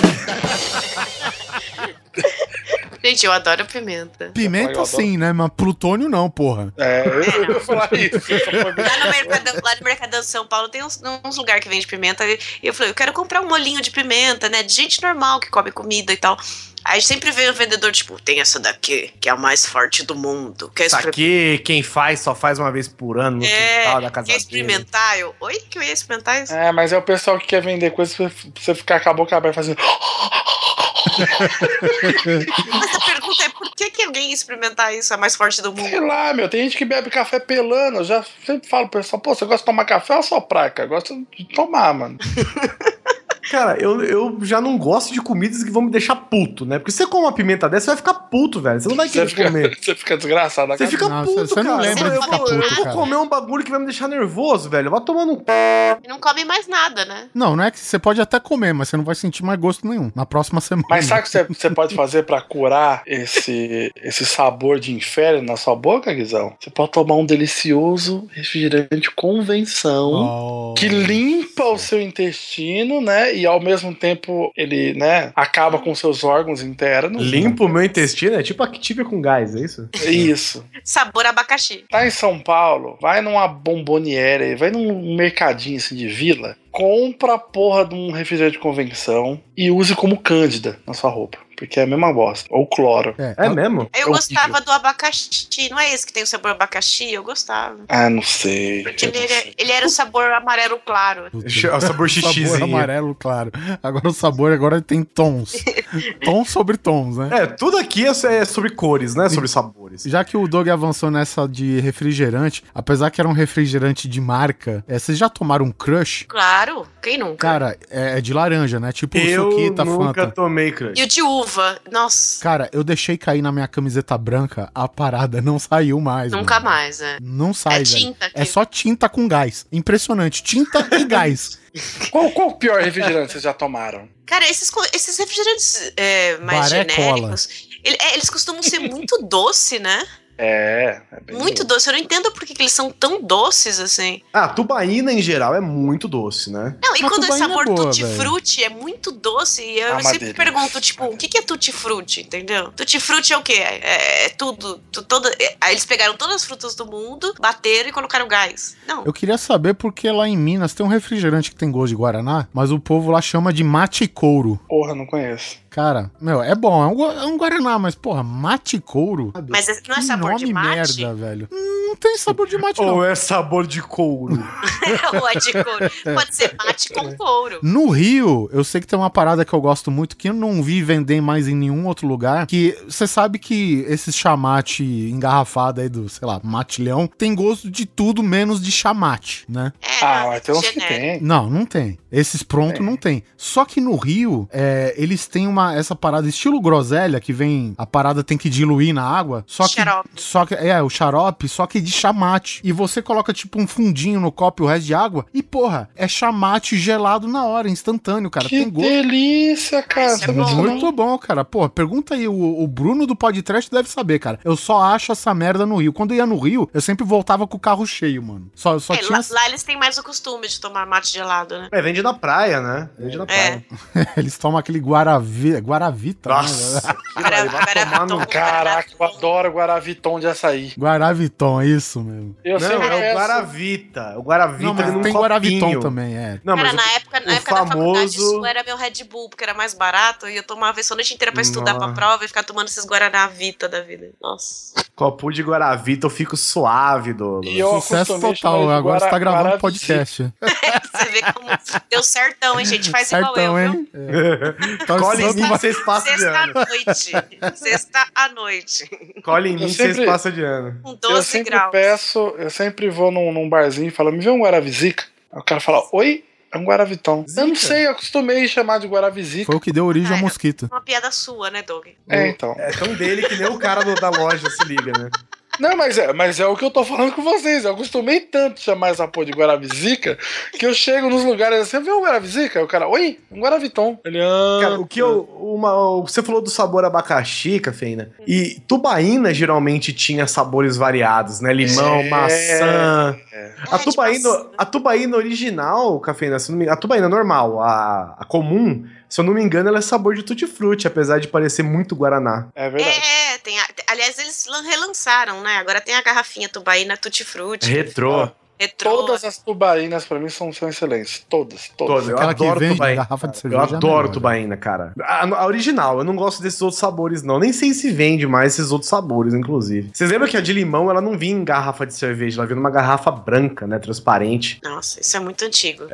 Gente, eu adoro pimenta. Pimenta sim, né? Mas plutônio não, porra. Eu ia falar isso. Lá no Mercadão de São Paulo tem uns lugares que vende pimenta. E eu falei, eu quero comprar um molinho de pimenta, né? De gente normal que come comida e tal. Aí sempre vem o vendedor, tipo, tem essa daqui, que é a mais forte do mundo. Quer Isso aqui, quem faz, só faz uma vez por ano no quintal da casa quer experimentar? Eu, oi, que eu ia experimentar isso? Mas é o pessoal que quer vender coisa pra você ficar com a boca aberta fazendo... Mas a pergunta é, por que alguém ia experimentar isso? É a mais forte do mundo? Sei lá, meu, tem gente que bebe café pelando. Eu já sempre falo pro pessoal, pô, você gosta de tomar café ou só praca? Gosta de tomar, mano. Cara, eu já não gosto de comidas que vão me deixar puto, né? Porque você come uma pimenta dessa, você vai ficar puto, velho. Você não vai querer comer. Você fica desgraçado. Você fica Não, puto, você não cara. lembra de ficar puto, eu vou cara. comer um bagulho que vai me deixar nervoso, velho. Vai tomar no... E não come mais nada, né? Não é que você pode até comer, mas você não vai sentir mais gosto nenhum. Na próxima semana. Mas sabe o que você pode fazer pra curar esse sabor de inferno na sua boca, Guizão? Você pode tomar um delicioso refrigerante Convenção que limpa o seu intestino, né? E ao mesmo tempo ele, né, acaba com seus órgãos internos. Limpa o meu intestino? É tipo Activia com gás, é isso? Isso. Sabor abacaxi. Tá em São Paulo, vai numa bomboniere, vai num mercadinho assim de vila, compra a porra de um refrigerante de Convenção e use como Cândida na sua roupa. Porque é a mesma bosta. Ou cloro. É mesmo? Eu gostava do abacaxi. Não é esse que tem o sabor abacaxi? Eu gostava. Ah, não sei. Porque ele era o sabor amarelo claro. É o sabor xixizinho. Sabor amarelo, claro. Agora o sabor tem tons. Tons sobre tons, né? Tudo aqui é sobre cores, né? Sobre sabores. Já que o Doug avançou nessa de refrigerante, apesar que era um refrigerante de marca, vocês já tomaram um Crush? Claro, quem nunca? Cara, é de laranja, né? Tipo Eu Suquita, nunca Fanta. tomei Crush. E o de uva. Nossa. Cara, eu deixei cair na minha camiseta branca, a parada não saiu mais. Nunca mano. mais, Não sai, velho. tinta aqui. É só tinta com gás. Impressionante. Tinta e gás. Qual o pior refrigerante que vocês já tomaram? Cara, esses refrigerantes mais Baré Cola. genéricos, eles costumam ser muito doce, né? É bem Muito doce. Eu não entendo por que eles são tão doces assim. Ah, tubaína em geral é muito doce, né? Não, e Mas quando é tubaína sabor é boa, tutti-frutti, é muito doce. E eu uma sempre delícia. pergunto, tipo, o que é tutti-frutti, entendeu? Tutti-frutti é o quê? É tudo. Aí eles pegaram todas as frutas do mundo, bateram e colocaram gás. Não. Eu queria saber porque lá em Minas tem um refrigerante que tem gosto de Guaraná, mas o povo lá chama de mate couro. Porra, não conheço. Cara, é bom, é um Guaraná, mas porra, mate couro? Mas não é Que sabor de nome mate? merda, velho. Não tem sabor de mate, não. Ou é sabor de couro? Ou é de couro? Pode ser mate com couro. No Rio, eu sei que tem uma parada que eu gosto muito, que eu não vi vender mais em nenhum outro lugar, que você sabe que esses chamate engarrafado aí do, sei lá, mate-leão, tem gosto de tudo menos de chamate, né? Mas tem uns que tem. Não tem. Esses pronto não tem. Só que no Rio, eles têm essa parada estilo groselha, que vem, a parada tem que diluir na água, só que Xarope. Só que o xarope, só que de chamate. E você coloca tipo um fundinho no copo e o resto de água. E porra, é chamate gelado na hora, instantâneo, cara. Que tem gosto. delícia, cara. É bom. Muito bom, cara. Pô, pergunta aí, o Bruno do podcast deve saber, cara. Eu só acho essa merda no Rio. Quando eu ia no Rio, eu sempre voltava com o carro cheio, mano. Só tinha... Lá eles têm mais o costume de tomar mate gelado, né? Vende na praia, né? Vende na praia. Eles tomam aquele Guaravita. Nossa. Né? Guaraviton. Caraca, eu adoro Guaraviton de açaí. Guaraviton, é isso mesmo. Eu Não, sempre é o peço- Guaravita. O Guaravita Não, mas num tem copinho. Guaraviton também, é. Não, Cara, mas na época da faculdade, isso era meu Red Bull, porque era mais barato, e eu tomava isso a noite inteira pra estudar pra prova e ficar tomando esses Guaranavita da vida. Nossa. copo de Guaravita, eu fico suave, Douglas. E eu Sucesso acostumei total, chamar de agora você tá gravando Guaravici. podcast. Você vê como deu certão, hein, gente? Faz Certão, igual eu, hein? viu? Cola em mim, vocês passam de ano. Sexta à noite. Cola em Eu mim, vocês sempre- passam de ano. Com Eu 12 sempre graus. eu sempre vou num barzinho e falo, me vê um Guaravizica? Aí o cara fala, oi? É um Guaravitão. Eu não sei, eu acostumei chamar de Guaravizica. Foi o que deu origem ao Ah, é. mosquito. Uma piada sua, né, Doug? É, então. É tão dele que nem o cara da loja se liga, né? Não, mas é o que eu tô falando com vocês. Eu acostumei tanto chamar essa porra de Guaravizica que eu chego nos lugares assim, vê um Guaravizica? Aí o cara, oi? Um Guaraviton. Ele, Cara, o que você falou do sabor abacaxi, Cafeína, e tubaína geralmente tinha sabores variados, né? Limão, maçã. A tubaína original, Cafeína, se não me- a tubaína normal, a comum, se eu não me engano, ela é sabor de tutti-frutti, apesar de parecer muito guaraná. É verdade. Aliás, eles relançaram, né? Agora tem a garrafinha tubaína tutti-frutti. Retrô. Retrô. Todas as tubaínas pra mim são excelentes. Todas. Eu Aquela que adoro vem tubaína. garrafa de Eu cerveja. é adoro melhor, tubaína, cara. A original, eu não gosto desses outros sabores, não. Nem sei se vende mais esses outros sabores, inclusive. Vocês lembram que a de limão, ela não vinha em garrafa de cerveja, ela vinha numa garrafa branca, né? Transparente. Nossa, isso é muito antigo.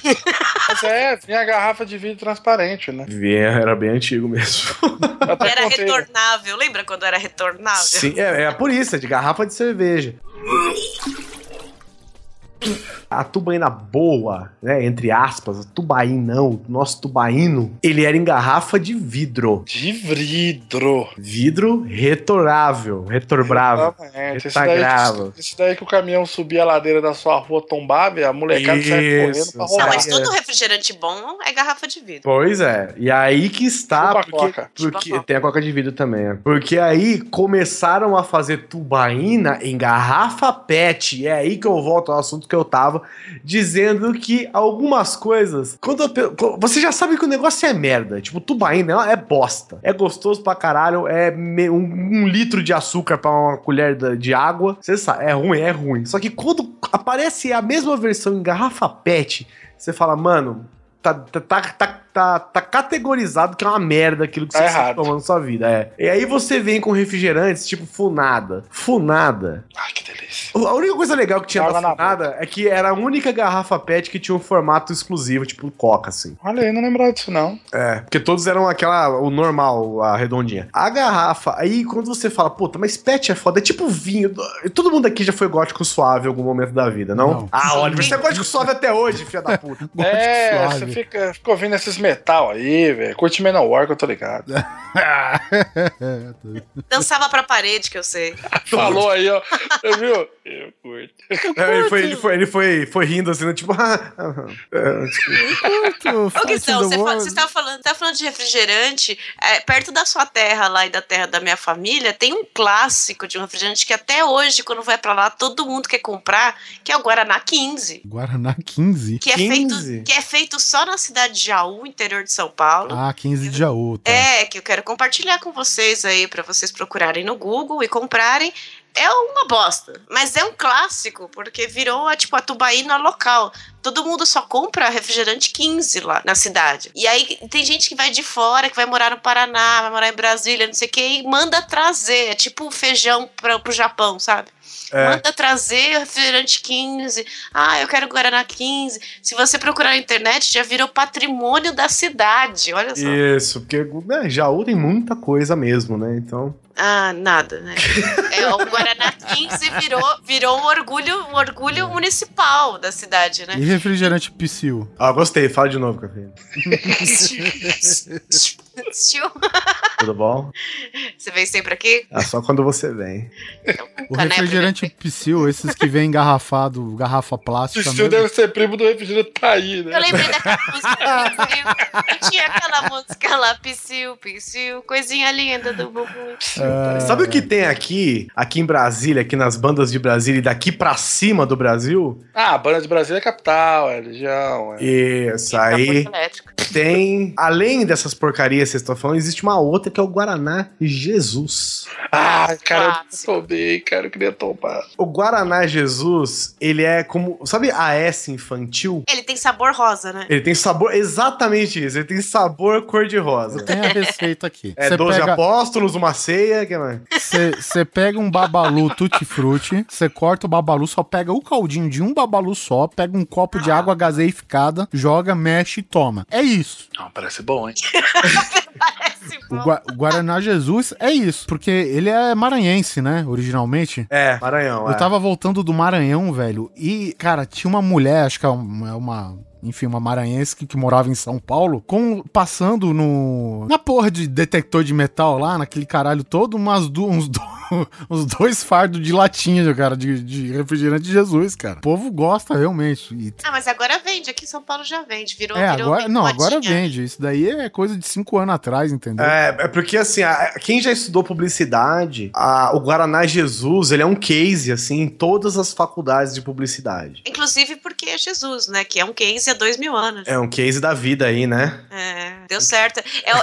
Mas vinha a garrafa de vidro transparente, né? Era bem antigo mesmo. Eu até Era contei, né? retornável. Lembra quando era retornável? Sim, é por isso, é de garrafa de cerveja. A tubaína boa, né, entre aspas, tubaínão, nosso tubaíno, ele era em garrafa de vidro. De vidro. Vidro retornável, retornável. Exatamente. Retagrável. Esse daí que o caminhão subia a ladeira da sua rua, tombava, e a molecada saia correndo Isso, pra Não, roubar. mas todo refrigerante bom é garrafa de vidro. Pois é, e aí que está, Chupa porque Coca. Chupa tem a coca de vidro também, é. Porque aí começaram a fazer tubaína em garrafa PET, e é aí que eu volto ao assunto que eu tava, dizendo que algumas coisas, você já sabe que o negócio é merda, tipo, tubaína ela é bosta, é gostoso pra caralho, é um litro de açúcar pra uma colher de água, você sabe, é ruim, só que quando aparece a mesma versão em garrafa PET, você fala, mano, tá categorizado que é uma merda aquilo que Tá você errado. está tomando na sua vida. É. E aí você vem com refrigerantes tipo Funada. Ai, que delícia. A única coisa legal que tinha Água da na Funada é que era a única garrafa PET que tinha um formato exclusivo, tipo Coca, assim. Olha aí, não lembrava disso, não. É, porque todos eram o normal, a redondinha. A garrafa, aí quando você fala, puta, mas PET é foda, é tipo vinho. Todo mundo aqui já foi gótico suave em algum momento da vida, não? Não. Ah, olha, você é gótico suave até hoje, filha da puta. Você fica ouvindo esses metal aí, velho. Curte Manowar, que eu tô ligado. Dançava pra parede, que eu sei. Falou aí, ó. Você viu? Eu curto. Ele foi rindo assim, né, tipo, Ô, Guizão, você tava falando de refrigerante. Perto da sua terra lá e da terra da minha família, tem um clássico de um refrigerante que até hoje, quando vai pra lá, todo mundo quer comprar, que é o Guaraná 15. Guaraná 15? Que é feito só na cidade de Jaú, interior de São Paulo. Ah, 15 de Jaú, tá. Que eu quero compartilhar com vocês aí, pra vocês procurarem no Google e comprarem. É uma bosta, mas é um clássico, porque virou a tubaína local. Todo mundo só compra refrigerante 15 lá na cidade. E aí tem gente que vai de fora, que vai morar no Paraná, vai morar em Brasília, não sei o que, e manda trazer. É tipo feijão pro Japão, sabe? Manda trazer refrigerante 15. Ah, eu quero Guaraná 15. Se você procurar na internet, já virou patrimônio da cidade. Olha só. Isso, porque Jaú tem muita coisa mesmo, né? Então. Ah, nada, né? O Guaraná 15 virou um orgulho municipal da cidade, né? E refrigerante Psyu? Ah, gostei, fala de novo, Café. Tio, Tudo bom? você vem sempre aqui? É só quando você vem. Então, O refrigerante Psyll, esses que vem engarrafado, garrafa plástica. Psyll deve ser primo do refrigerante Taí, né? Eu lembrei daquela música Psyll. Tinha aquela música lá, Psyll, Psyll, coisinha linda do Bubu. Sabe o que tem aqui em Brasília, aqui nas bandas de Brasília e daqui pra cima do Brasil? Ah, a banda de Brasília é capital, é região. Isso aí. Tem, além dessas porcarias que vocês estão falando, existe uma outra que é o Guaraná Jesus. Ah, cara, eu tomei, cara, eu queria tomar. O Guaraná Jesus, ele é como, sabe a S infantil? Ele tem sabor rosa, né? Ele tem sabor, exatamente isso, ele tem sabor cor-de-rosa. Tem a receita aqui. É Cê 12 pega... apóstolos, uma ceia, que mais? Você pega um babalu tutti-frutti, você corta o babalu, só pega o caldinho de um babalu só, pega um copo de água gaseificada, joga, mexe e toma. É isso. Não, parece bom, hein? O Guaraná Jesus é isso, porque ele é maranhense, né, originalmente. É, Maranhão, Eu tava voltando do Maranhão, velho, e, cara, tinha uma mulher, acho que é uma maranhense que morava em São Paulo, passando na porra de detector de metal lá, naquele caralho todo, uns 2 fardos de latinha, cara, de refrigerante de Jesus, cara. O povo gosta realmente. Ah, mas agora vende, aqui em São Paulo já vende, virou agora vende. Isso daí é coisa de 5 anos atrás, entendeu? É porque assim, quem já estudou publicidade, o Guaraná Jesus, ele é um case, assim, em todas as faculdades de publicidade. Inclusive porque é Jesus, né, que é um case há 2000 anos. É um case da vida aí, né? É, deu certo.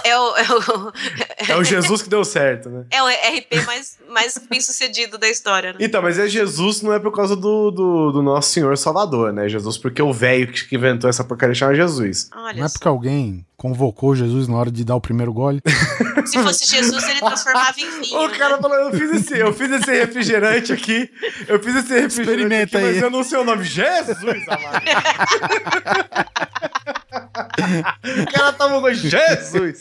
É o Jesus que deu certo, né? É o RP mais bem sucedido da história, né? Então, mas Jesus não é por causa do Nosso Senhor Salvador, né? Jesus, porque o velho que inventou essa porcaria chama Jesus. Olha não é porque alguém convocou Jesus na hora de dar o primeiro gole? Se fosse Jesus, ele transformava em vinho. O cara falou, eu fiz esse refrigerante aqui. Experimenta aqui, aí. mas eu não sei o nome. Jesus, amado. O cara tava com Jesus.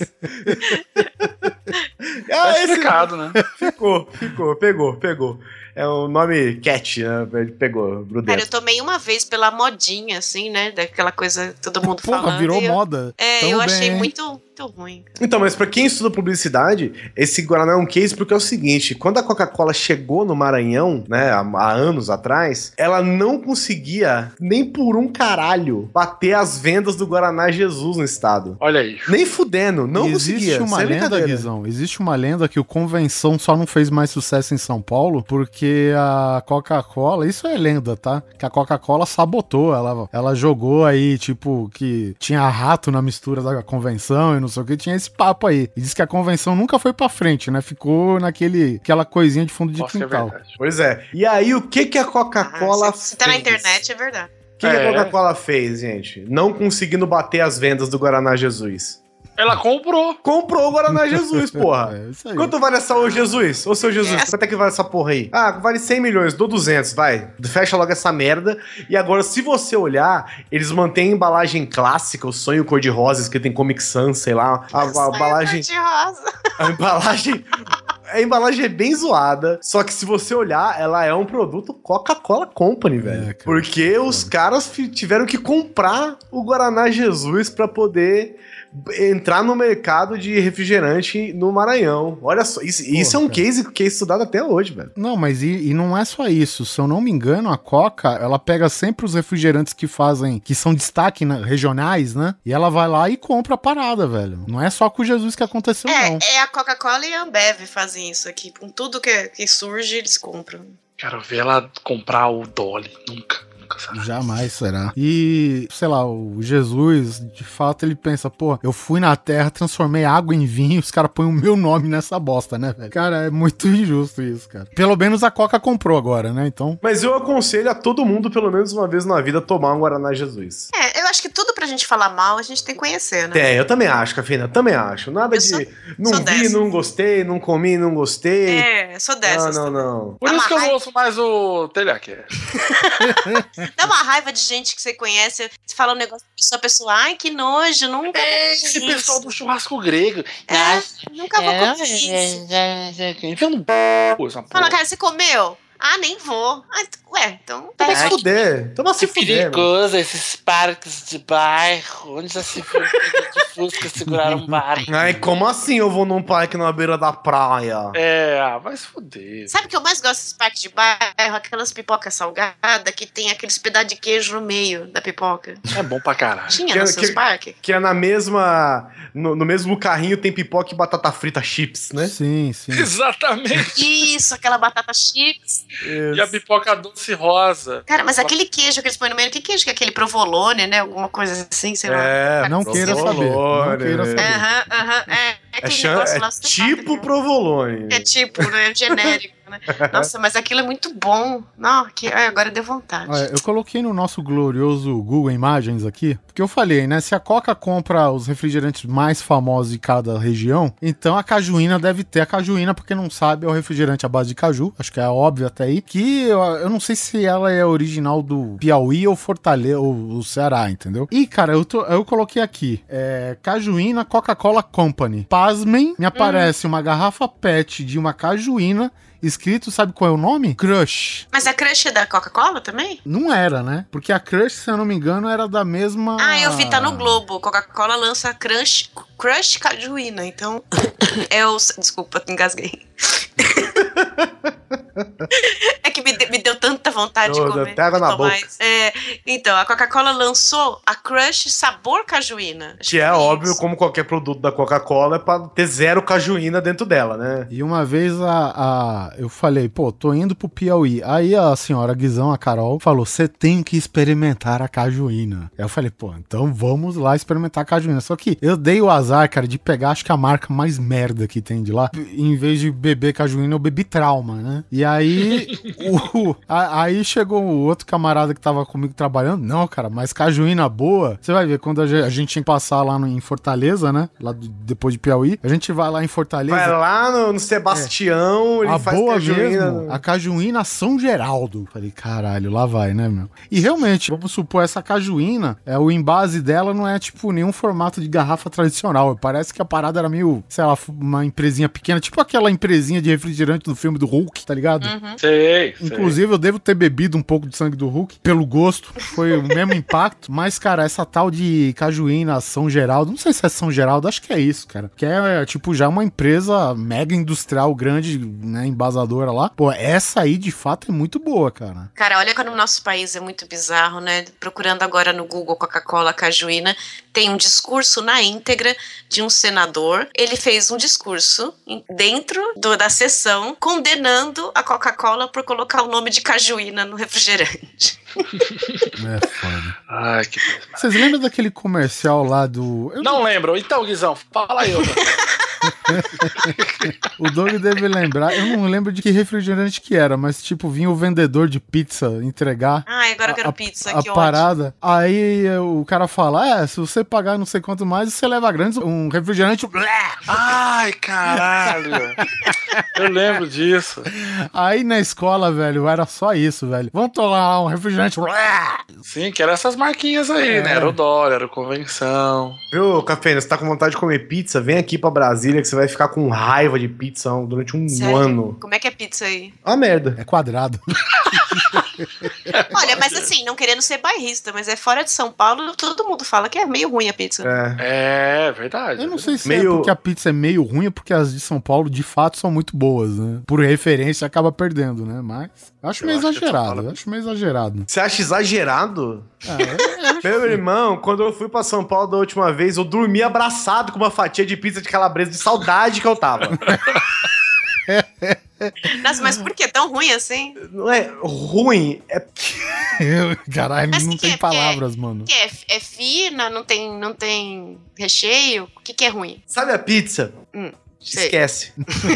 Tá explicado, né? Pegou. É o nome Cat, né? Ele pegou, Brudento. Cara, eu tomei uma vez pela modinha, assim, né? Daquela coisa que todo mundo falando. Virou moda. Eu achei muito ruim. Cara. Então, mas pra quem estuda publicidade, esse Guaraná é um case porque é o seguinte, quando a Coca-Cola chegou no Maranhão, né, há anos atrás, ela não conseguia, nem por um caralho, bater as vendas do Guaraná Jesus no estado. Olha aí. Nem fudendo, não conseguia. Existe uma lenda, Guizão, existe uma lenda que o Convenção só não fez mais sucesso em São Paulo porque a Coca-Cola, isso é lenda, tá? Que a Coca-Cola sabotou, ela jogou aí, tipo, que tinha rato na mistura da Convenção e não sei o que, tinha esse papo aí. E diz que a Convenção nunca foi pra frente, né? Ficou aquela coisinha de fundo de quintal. Pois é. E aí, o que a Coca-Cola fez? Se tá na internet, é verdade. O que a Coca-Cola fez, gente? Não conseguindo bater as vendas do Guaraná Jesus. Ela comprou. Comprou o Guaraná Jesus, porra. Isso aí. Quanto vale essa, ô Jesus? Ô, seu Jesus, quanto é que vale essa porra aí? Ah, vale 100 milhões, dou 200, vai. Fecha logo essa merda. E agora, se você olhar, eles mantêm a embalagem clássica, o sonho cor-de-rosa, escrito em Comic Sans, sei lá. A embalagem... cor-de-rosa. A embalagem é bem zoada, só que se você olhar, ela é um produto Coca-Cola Company, velho. Cara, porque os caras tiveram que comprar o Guaraná Jesus pra poder entrar no mercado de refrigerante no Maranhão. Olha só, isso é um case que é estudado até hoje, velho. Não, mas e não é só isso. Se eu não me engano, a Coca, ela pega sempre os refrigerantes que são destaque regionais, né? E ela vai lá e compra a parada, velho. Não é só com o Jesus que aconteceu, não. É a Coca-Cola e a Ambev fazem isso aqui. Com tudo que surge, eles compram. Quero ver ela comprar o Dolly. Nunca. Jamais será. E, sei lá, o Jesus, de fato, ele pensa, pô, eu fui na terra, transformei água em vinho, os caras põem o meu nome nessa bosta, né, velho? Cara, é muito injusto isso, cara. Pelo menos a Coca comprou agora, né, então... Mas eu aconselho a todo mundo, pelo menos uma vez na vida, tomar um Guaraná Jesus. Eu acho que tudo pra gente falar mal, a gente tem que conhecer, né? Eu também acho, Cafina, também acho. Nada não vi, dessa. Não gostei, não comi, não gostei. Sou dessas. Não. Por isso que eu não ouço mais o Telhacast. Dá uma raiva de gente que você conhece, você fala um negócio pra pessoa, ai, que nojo, nunca vou esse isso. Pessoal do churrasco grego. Nunca vou comer isso. Fala, cara, você comeu? Ah, nem vou. Então... Vai se fuder. Toma se Que fuder. perigoso esses parques de bairro. Onde já se viu de Fusca segurar um barco? Ai, como assim eu vou num parque na beira da praia? Vai se fuder. Sabe o que eu mais gosto desses parques de bairro? Aquelas pipocas salgadas que tem aqueles pedaços de queijo no meio da pipoca. É bom pra caralho. Tinha nos seus parques? Que é na mesma... No mesmo carrinho tem pipoca e batata frita chips, né? Sim, sim. Exatamente. Isso, aquela batata chips. E a pipoca doce rosa. Cara, mas aquele queijo que eles põem no meio, que queijo que é aquele provolone, né? Alguma coisa assim, sei lá. Não queira saber. Não queira saber. É tipo provolone. É tipo, né? Genérico, né? Nossa, mas aquilo é muito bom. Não, agora deu vontade. Olha, eu coloquei no nosso glorioso Google Imagens aqui, porque eu falei, né? Se a Coca compra os refrigerantes mais famosos de cada região, então a cajuína deve ter. A cajuína, porque não sabe, é o refrigerante à base de caju. Acho que é óbvio até aí. Que eu não sei se ela é original do Piauí ou Fortaleza, ou Ceará, entendeu? E, cara, eu coloquei aqui, cajuína Coca-Cola Company. Pasmem, me aparece uma garrafa PET de uma cajuína escrito, sabe qual é o nome? Crush. Mas a Crush é da Coca-Cola também? Não era, né? Porque a Crush, se eu não me engano, era da mesma... Eu vi, tá no Globo. Coca-Cola lança Crush Cajuína, então... Desculpa, engasguei. É que me deu tanta vontade de comer. Pega na boca. Então, a Coca-Cola lançou a Crush sabor cajuína. Que é óbvio, como qualquer produto da Coca-Cola, é pra ter zero cajuína dentro dela, né? E uma vez eu falei, tô indo pro Piauí. Aí a senhora Guizão, a Carol, falou, você tem que experimentar a cajuína. Aí eu falei, então vamos lá experimentar a cajuína. Só que eu dei o azar, cara, de pegar, acho que a marca mais merda que tem de lá. Em vez de beber cajuína, eu bebi Trauma, né? E aí, aí chegou o outro camarada que tava comigo trabalhando. Não, cara, mas cajuína boa. Você vai ver, quando a gente tinha que passar lá em Fortaleza, né? Lá depois de Piauí. A gente vai lá em Fortaleza. Vai lá no Sebastião, ele faz boa cajuína. Mesmo, a cajuína São Geraldo. Falei, caralho, lá vai, né, meu? E realmente, vamos supor, essa cajuína, o embase dela não é tipo nenhum formato de garrafa tradicional. Parece que a parada era meio, sei lá, uma empresinha pequena, tipo aquela empresinha de refrigerante do filme do Hulk, tá ligado? Sei. Inclusive, eu devo ter bebido um pouco de sangue do Hulk, pelo gosto, foi o mesmo impacto, mas, cara, essa tal de cajuína São Geraldo, não sei se é São Geraldo, acho que é isso, cara, que é, tipo, já uma empresa mega industrial grande, né, embasadora lá, essa aí, de fato, é muito boa, cara. Cara, olha como o nosso país é muito bizarro, né, procurando agora no Google Coca-Cola cajuína, tem um discurso na íntegra de um senador, ele fez um discurso dentro da sessão condenando a Coca-Cola por colocar o nome de cajuína no refrigerante. É foda. Ai, que... Vocês lembram daquele comercial lá do... Não lembro. Então, Guizão, fala aí. O Doug deve lembrar, eu não lembro de que refrigerante que era, mas tipo, vinha o vendedor de pizza entregar agora eu quero pizza, a parada. Aí o cara fala, se você pagar não sei quanto mais, você leva grandes um refrigerante. Ai, caralho. Eu lembro disso. Aí na escola, velho, era só isso, velho. Vamos tomar um refrigerante. Sim, que eram essas marquinhas aí, né? Era o dólar, era o Convenção. Viu, Café, você tá com vontade de comer pizza? Vem aqui pra Brasília que você vai ficar com raiva de pizza durante um ano. Como é que é pizza aí? Uma merda. É quadrado. Olha, mas assim, não querendo ser bairrista, mas fora de São Paulo, todo mundo fala que é meio ruim a pizza. É verdade. Eu não sei se é porque a pizza é meio ruim ou porque as de São Paulo, de fato, são muito boas, né? Por referência, acaba perdendo, né? Mas acho meio exagerado. Você acha exagerado? Meu irmão, quando eu fui pra São Paulo da última vez, eu dormi abraçado com uma fatia de pizza de calabresa de saudade que eu tava. Nossa, mas por que? Tão ruim assim? Não é ruim, é... Caralho, mas não tem palavras, mano. Que é fina, não tem recheio? O que é ruim? Sabe a pizza? Esquece.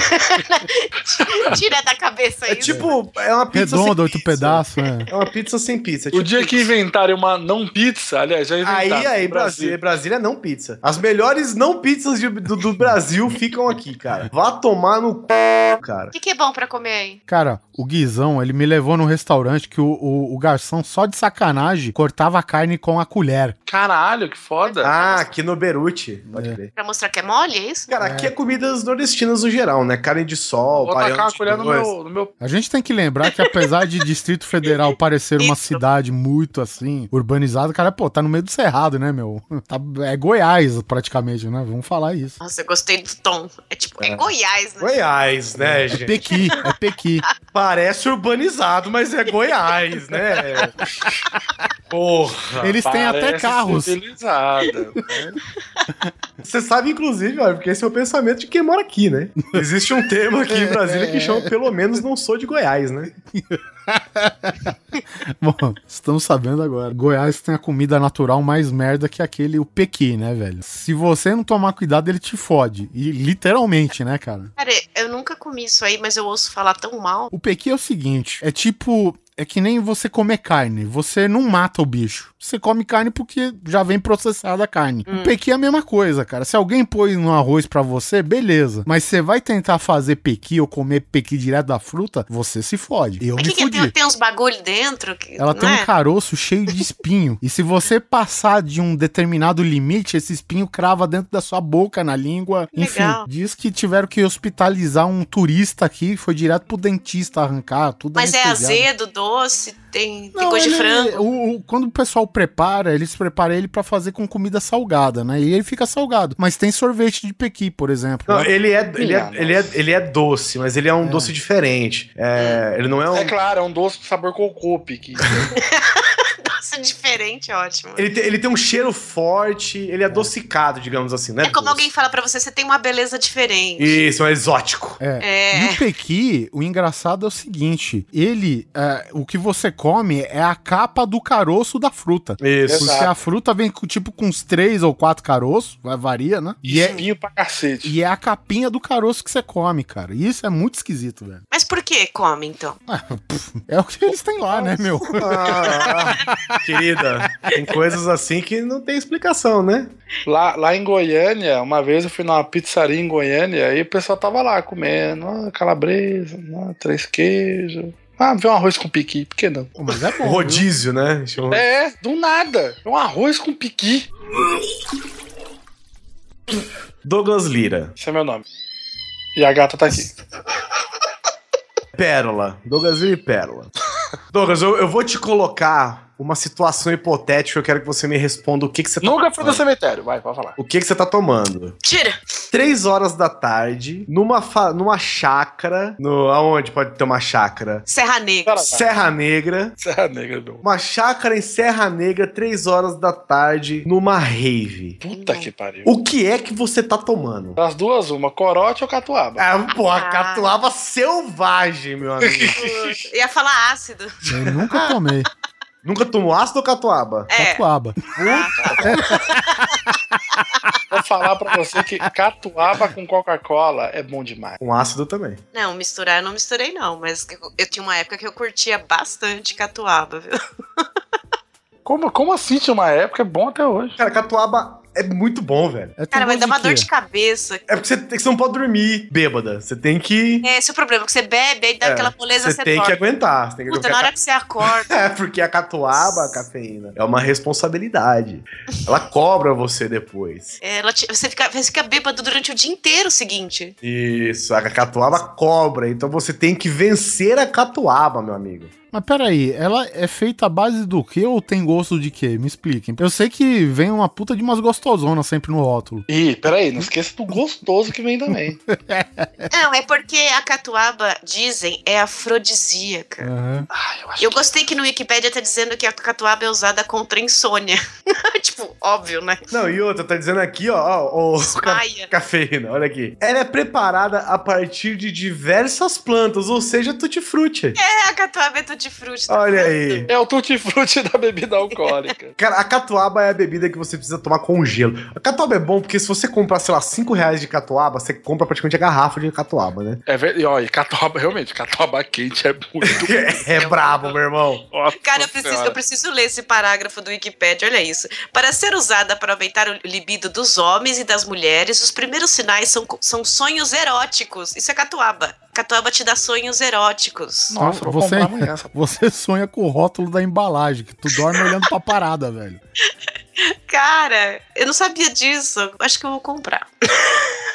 Tira da cabeça isso. Tipo, é uma pizza redonda, 8 pedaços, É uma pizza sem pizza. O dia que inventarem uma não pizza, aliás, já inventaram. Aí, Brasília é não pizza. As melhores não pizzas do Brasil ficam aqui, cara. Vá tomar no c... cara. O que é bom pra comer aí? Cara, o Guizão, ele me levou num restaurante que o garçom, só de sacanagem, cortava a carne com a colher. Caralho, que foda. Aqui no Beruti. Pode crer. Pra mostrar que é mole, é isso? Cara, aqui é comida comidas nordestinas no geral, né? Carne de sol, Vou baião tacar de a colher no dois. meu... A gente tem que lembrar que apesar de Distrito Federal parecer uma cidade muito assim, urbanizada, cara, pô, tá no meio do cerrado, né, meu? É Goiás praticamente, né? Vamos falar isso. Nossa, eu gostei do tom. É tipo, é Goiás, né? Goiás, né, gente? É Pequi. Parece urbanizado, mas é Goiás, né? Porra. Eles têm até Parece carros. civilizada. Você sabe, inclusive, olha, porque esse é o pensamento de quem mora aqui, né? Existe um termo aqui em Brasília que chama pelo menos não sou de Goiás, né? Bom, estamos sabendo agora. Goiás tem a comida natural mais merda que aquele, o pequi, né, velho? Se você não tomar cuidado, ele te fode. E literalmente, né, cara? Cara, eu nunca comi isso aí, mas eu ouço falar tão mal. O pequi é o seguinte, é tipo... É que nem você comer carne. Você não mata o bicho. Você come carne porque já vem processada a carne. O pequi é a mesma coisa, cara. Se alguém pôs no arroz pra você, beleza. Mas você vai tentar fazer pequi ou comer pequi direto da fruta, você se fode. Eu Mas me fudi. tem uns bagulho dentro? Ela tem um caroço cheio de espinho. E se você passar de um determinado limite, esse espinho crava dentro da sua boca, na língua. Enfim, Legal. diz que tiveram que hospitalizar um turista aqui, foi direto pro dentista arrancar, tudo Mas é anestesiado. azedo, doce, tem Não, coisa de ele- frango. quando o pessoal prepara, eles preparam ele pra fazer com comida salgada, né? E ele fica salgado. Mas tem sorvete de pequi, por exemplo. Não, né? ele é doce, mas ele é um doce diferente. Ele não é um... É claro, é um doce de sabor cocô, pique. Doce diferente, ótimo. Ele tem um cheiro forte, ele é adocicado, digamos assim, né? É como alguém fala pra você tem uma beleza diferente. Isso, é exótico. E o pequi, o engraçado é o seguinte, ele, o que você come é a capa do caroço da fruta. Isso. Porque a fruta vem com uns 3 ou 4 caroços, varia, né? E espinho pra cacete. E é a capinha do caroço que você come, cara. E isso é muito esquisito, velho. Mas por que come, então? É o que eles têm lá, né, meu? Querida, tem coisas assim que não tem explicação, né? Lá em Goiânia, uma vez eu fui numa pizzaria em Goiânia e o pessoal tava lá comendo calabresa, 3 queijos. Vê um arroz com piqui, por que não? Mas é bom. Rodízio, né? É, do nada. É um arroz com piqui. Douglas Lira. Esse é meu nome. E a gata tá aqui. Pérola. Douglas Lira e Pérola. Douglas, eu vou te colocar uma situação hipotética. Eu quero que você me responda o que você tá Nunca fui no tomando. cemitério, vai, pode falar. O que você tá tomando? Tira! 3 horas da tarde, numa chácara. Aonde pode ter uma chácara? Serra Negra. Serra Negra. Serra Negra, meu. Uma chácara em Serra Negra, 3 horas da tarde, numa rave. Puta que pariu. O que é que você tá tomando? Das duas, uma, corote ou catuaba? Porra, catuaba selvagem, meu amigo. Ia falar ácido. Eu nunca tomei. Nunca tomou ácido ou catuaba? Catuaba. Vou falar pra você que catuaba com Coca-Cola é bom demais. Com ácido também. Não, misturar eu não misturei, não. Mas eu tinha uma época que eu curtia bastante catuaba, viu? Como assim tinha uma época? É bom até hoje. Cara, catuaba é muito bom, velho. Cara, mas dá uma dor de cabeça. É porque você não pode dormir bêbada. Você tem que... Esse é o problema, que você bebe, aí dá aquela moleza, você tem que aguentar. Você tem que Puta, na hora que você acorda. É, porque a catuaba, a cafeína, é uma responsabilidade. Ela cobra você depois. Você fica bêbado durante o dia inteiro seguinte. Isso, a catuaba cobra. Então você tem que vencer a catuaba, meu amigo. Mas peraí, ela é feita à base do quê ou tem gosto de quê? Me expliquem. Eu sei que vem uma puta de umas gostosonas sempre no rótulo. Ih, peraí, não esqueça do gostoso que vem também. Não, é porque a catuaba, dizem, é afrodisíaca. Uhum. Eu gostei que no Wikipedia tá dizendo que a catuaba é usada contra insônia. Tipo, óbvio, né? Não, e outra, tá dizendo aqui, ó cafeína, olha aqui. Ela é preparada a partir de diversas plantas, ou seja, tutti-frutti. É, a catuaba é tutti-frutti. Tá Olha vendo? aí. É o tutti-frutti da bebida alcoólica. Cara, a catuaba é a bebida que você precisa tomar com gelo. A catuaba é bom porque se você comprar, sei lá, R$5 de catuaba, você compra praticamente a garrafa de catuaba, né? É verdade. E olha, catuaba, realmente, catuaba quente é muito... É brabo, meu irmão. Nossa Cara, eu Senhora. preciso ler esse parágrafo do Wikipedia, olha isso. Para ser usada para aumentar o libido dos homens e das mulheres, os primeiros sinais são sonhos eróticos. Isso é catuaba. Catuaba te dá sonhos eróticos. Nossa, eu vou você, comprar amanhã essa você sonha com o rótulo da embalagem, que tu dorme olhando pra parada, velho. Cara, eu não sabia disso. Acho que eu vou comprar.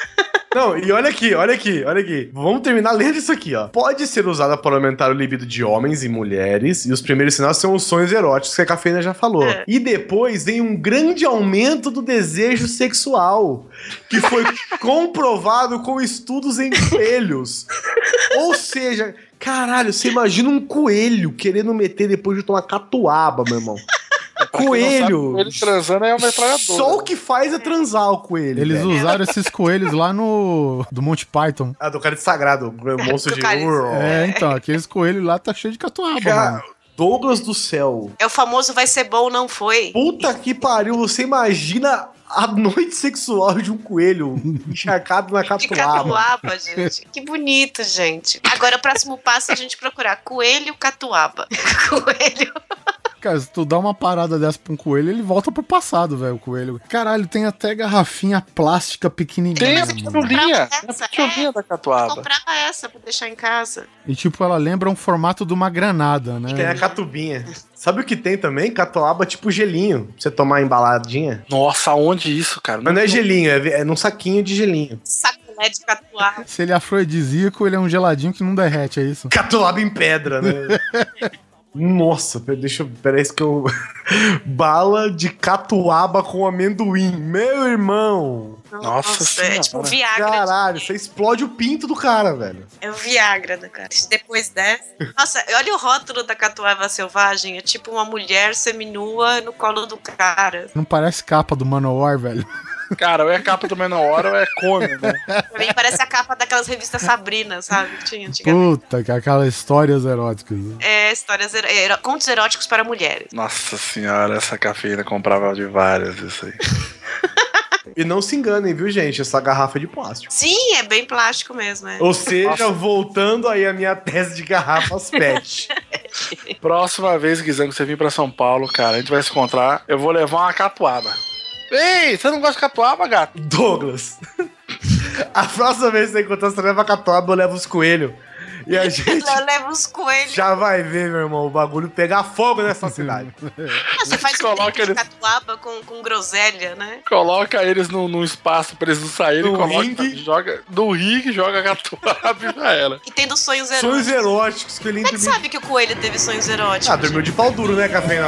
Não, e olha aqui. Vamos terminar lendo isso aqui, ó. Pode ser usada para aumentar o libido de homens e mulheres, e os primeiros sinais são os sonhos eróticos, que a Cafeína já falou. E depois vem um grande aumento do desejo sexual, que foi comprovado com estudos em coelhos. Ou seja, caralho, você imagina um coelho querendo meter depois de tomar catuaba, meu irmão. Coelho. Ele transando é uma metralhadora. Só o que faz é transar o coelho. Eles usaram esses coelhos lá do Monty Python. Ah, do cara de sagrado, o monstro de... Então, aqueles coelhos lá tá cheio de catuaba, mano. Douglas do céu. É o famoso vai ser bom, não foi? Puta que pariu, você imagina a noite sexual de um coelho encharcado na catuaba. De catuaba, gente. Que bonito, gente. Agora o próximo passo é a gente procurar coelho catuaba. Coelho... Cara, se tu dá uma parada dessa pra um coelho, ele volta pro passado, velho, o coelho. Caralho, tem até garrafinha plástica pequenininha. Tem a pitulinha da catuaba. Comprar essa pra deixar em casa. E tipo, ela lembra um formato de uma granada, né? Tem a catubinha. Sabe o que tem também? Catuaba tipo gelinho, pra você tomar embaladinha. Nossa, aonde isso, cara? Mas não é gelinho, é num saquinho de gelinho. Sacolé de catuaba. Se ele é afrodisíaco, ele é um geladinho que não derrete, é isso? Catuaba em pedra, né? Nossa, peraí que eu... Bala de catuaba com amendoim. Meu irmão. Nossa, é tipo Viagra. Caralho, você explode o pinto do cara, velho. É o Viagra, né, cara? Depois dessa... Nossa, olha o rótulo da catuaba selvagem. É tipo uma mulher seminua no colo do cara. Não parece capa do Manowar, velho? Cara, ou é capa do Manowar ou é Conan, né? Pra mim parece a capa daquelas revistas Sabrina, sabe? Que tinha antigamente. Puta, que aquelas histórias eróticas. É, histórias contos eróticos para mulheres. Nossa senhora, essa Cafeína comprava de várias, isso aí. E não se enganem, viu, gente? Essa garrafa é de plástico. Sim, é bem plástico mesmo, é. Ou seja, voltando aí a minha tese de garrafas PET. Próxima vez, Guizão, que você vir pra São Paulo, cara, a gente vai se encontrar, eu vou levar uma catuaba. Ei, você não gosta de catuaba, gato? Douglas, a próxima vez que você encontrar, você leva a catuaba, eu levo os coelhos. E a gente eu levo os coelhos. Já vai ver, meu irmão, o bagulho pegar fogo nessa cidade. Você faz um de catuaba com groselha, né? Coloca eles num espaço pra eles não saírem. Joga no ringue, joga catuaba e já era. E tem dos sonhos eróticos. Sonhos eróticos que ele Como é que sabe que o coelho teve sonhos eróticos? Ah, dormiu de pau duro, né, Cafeína?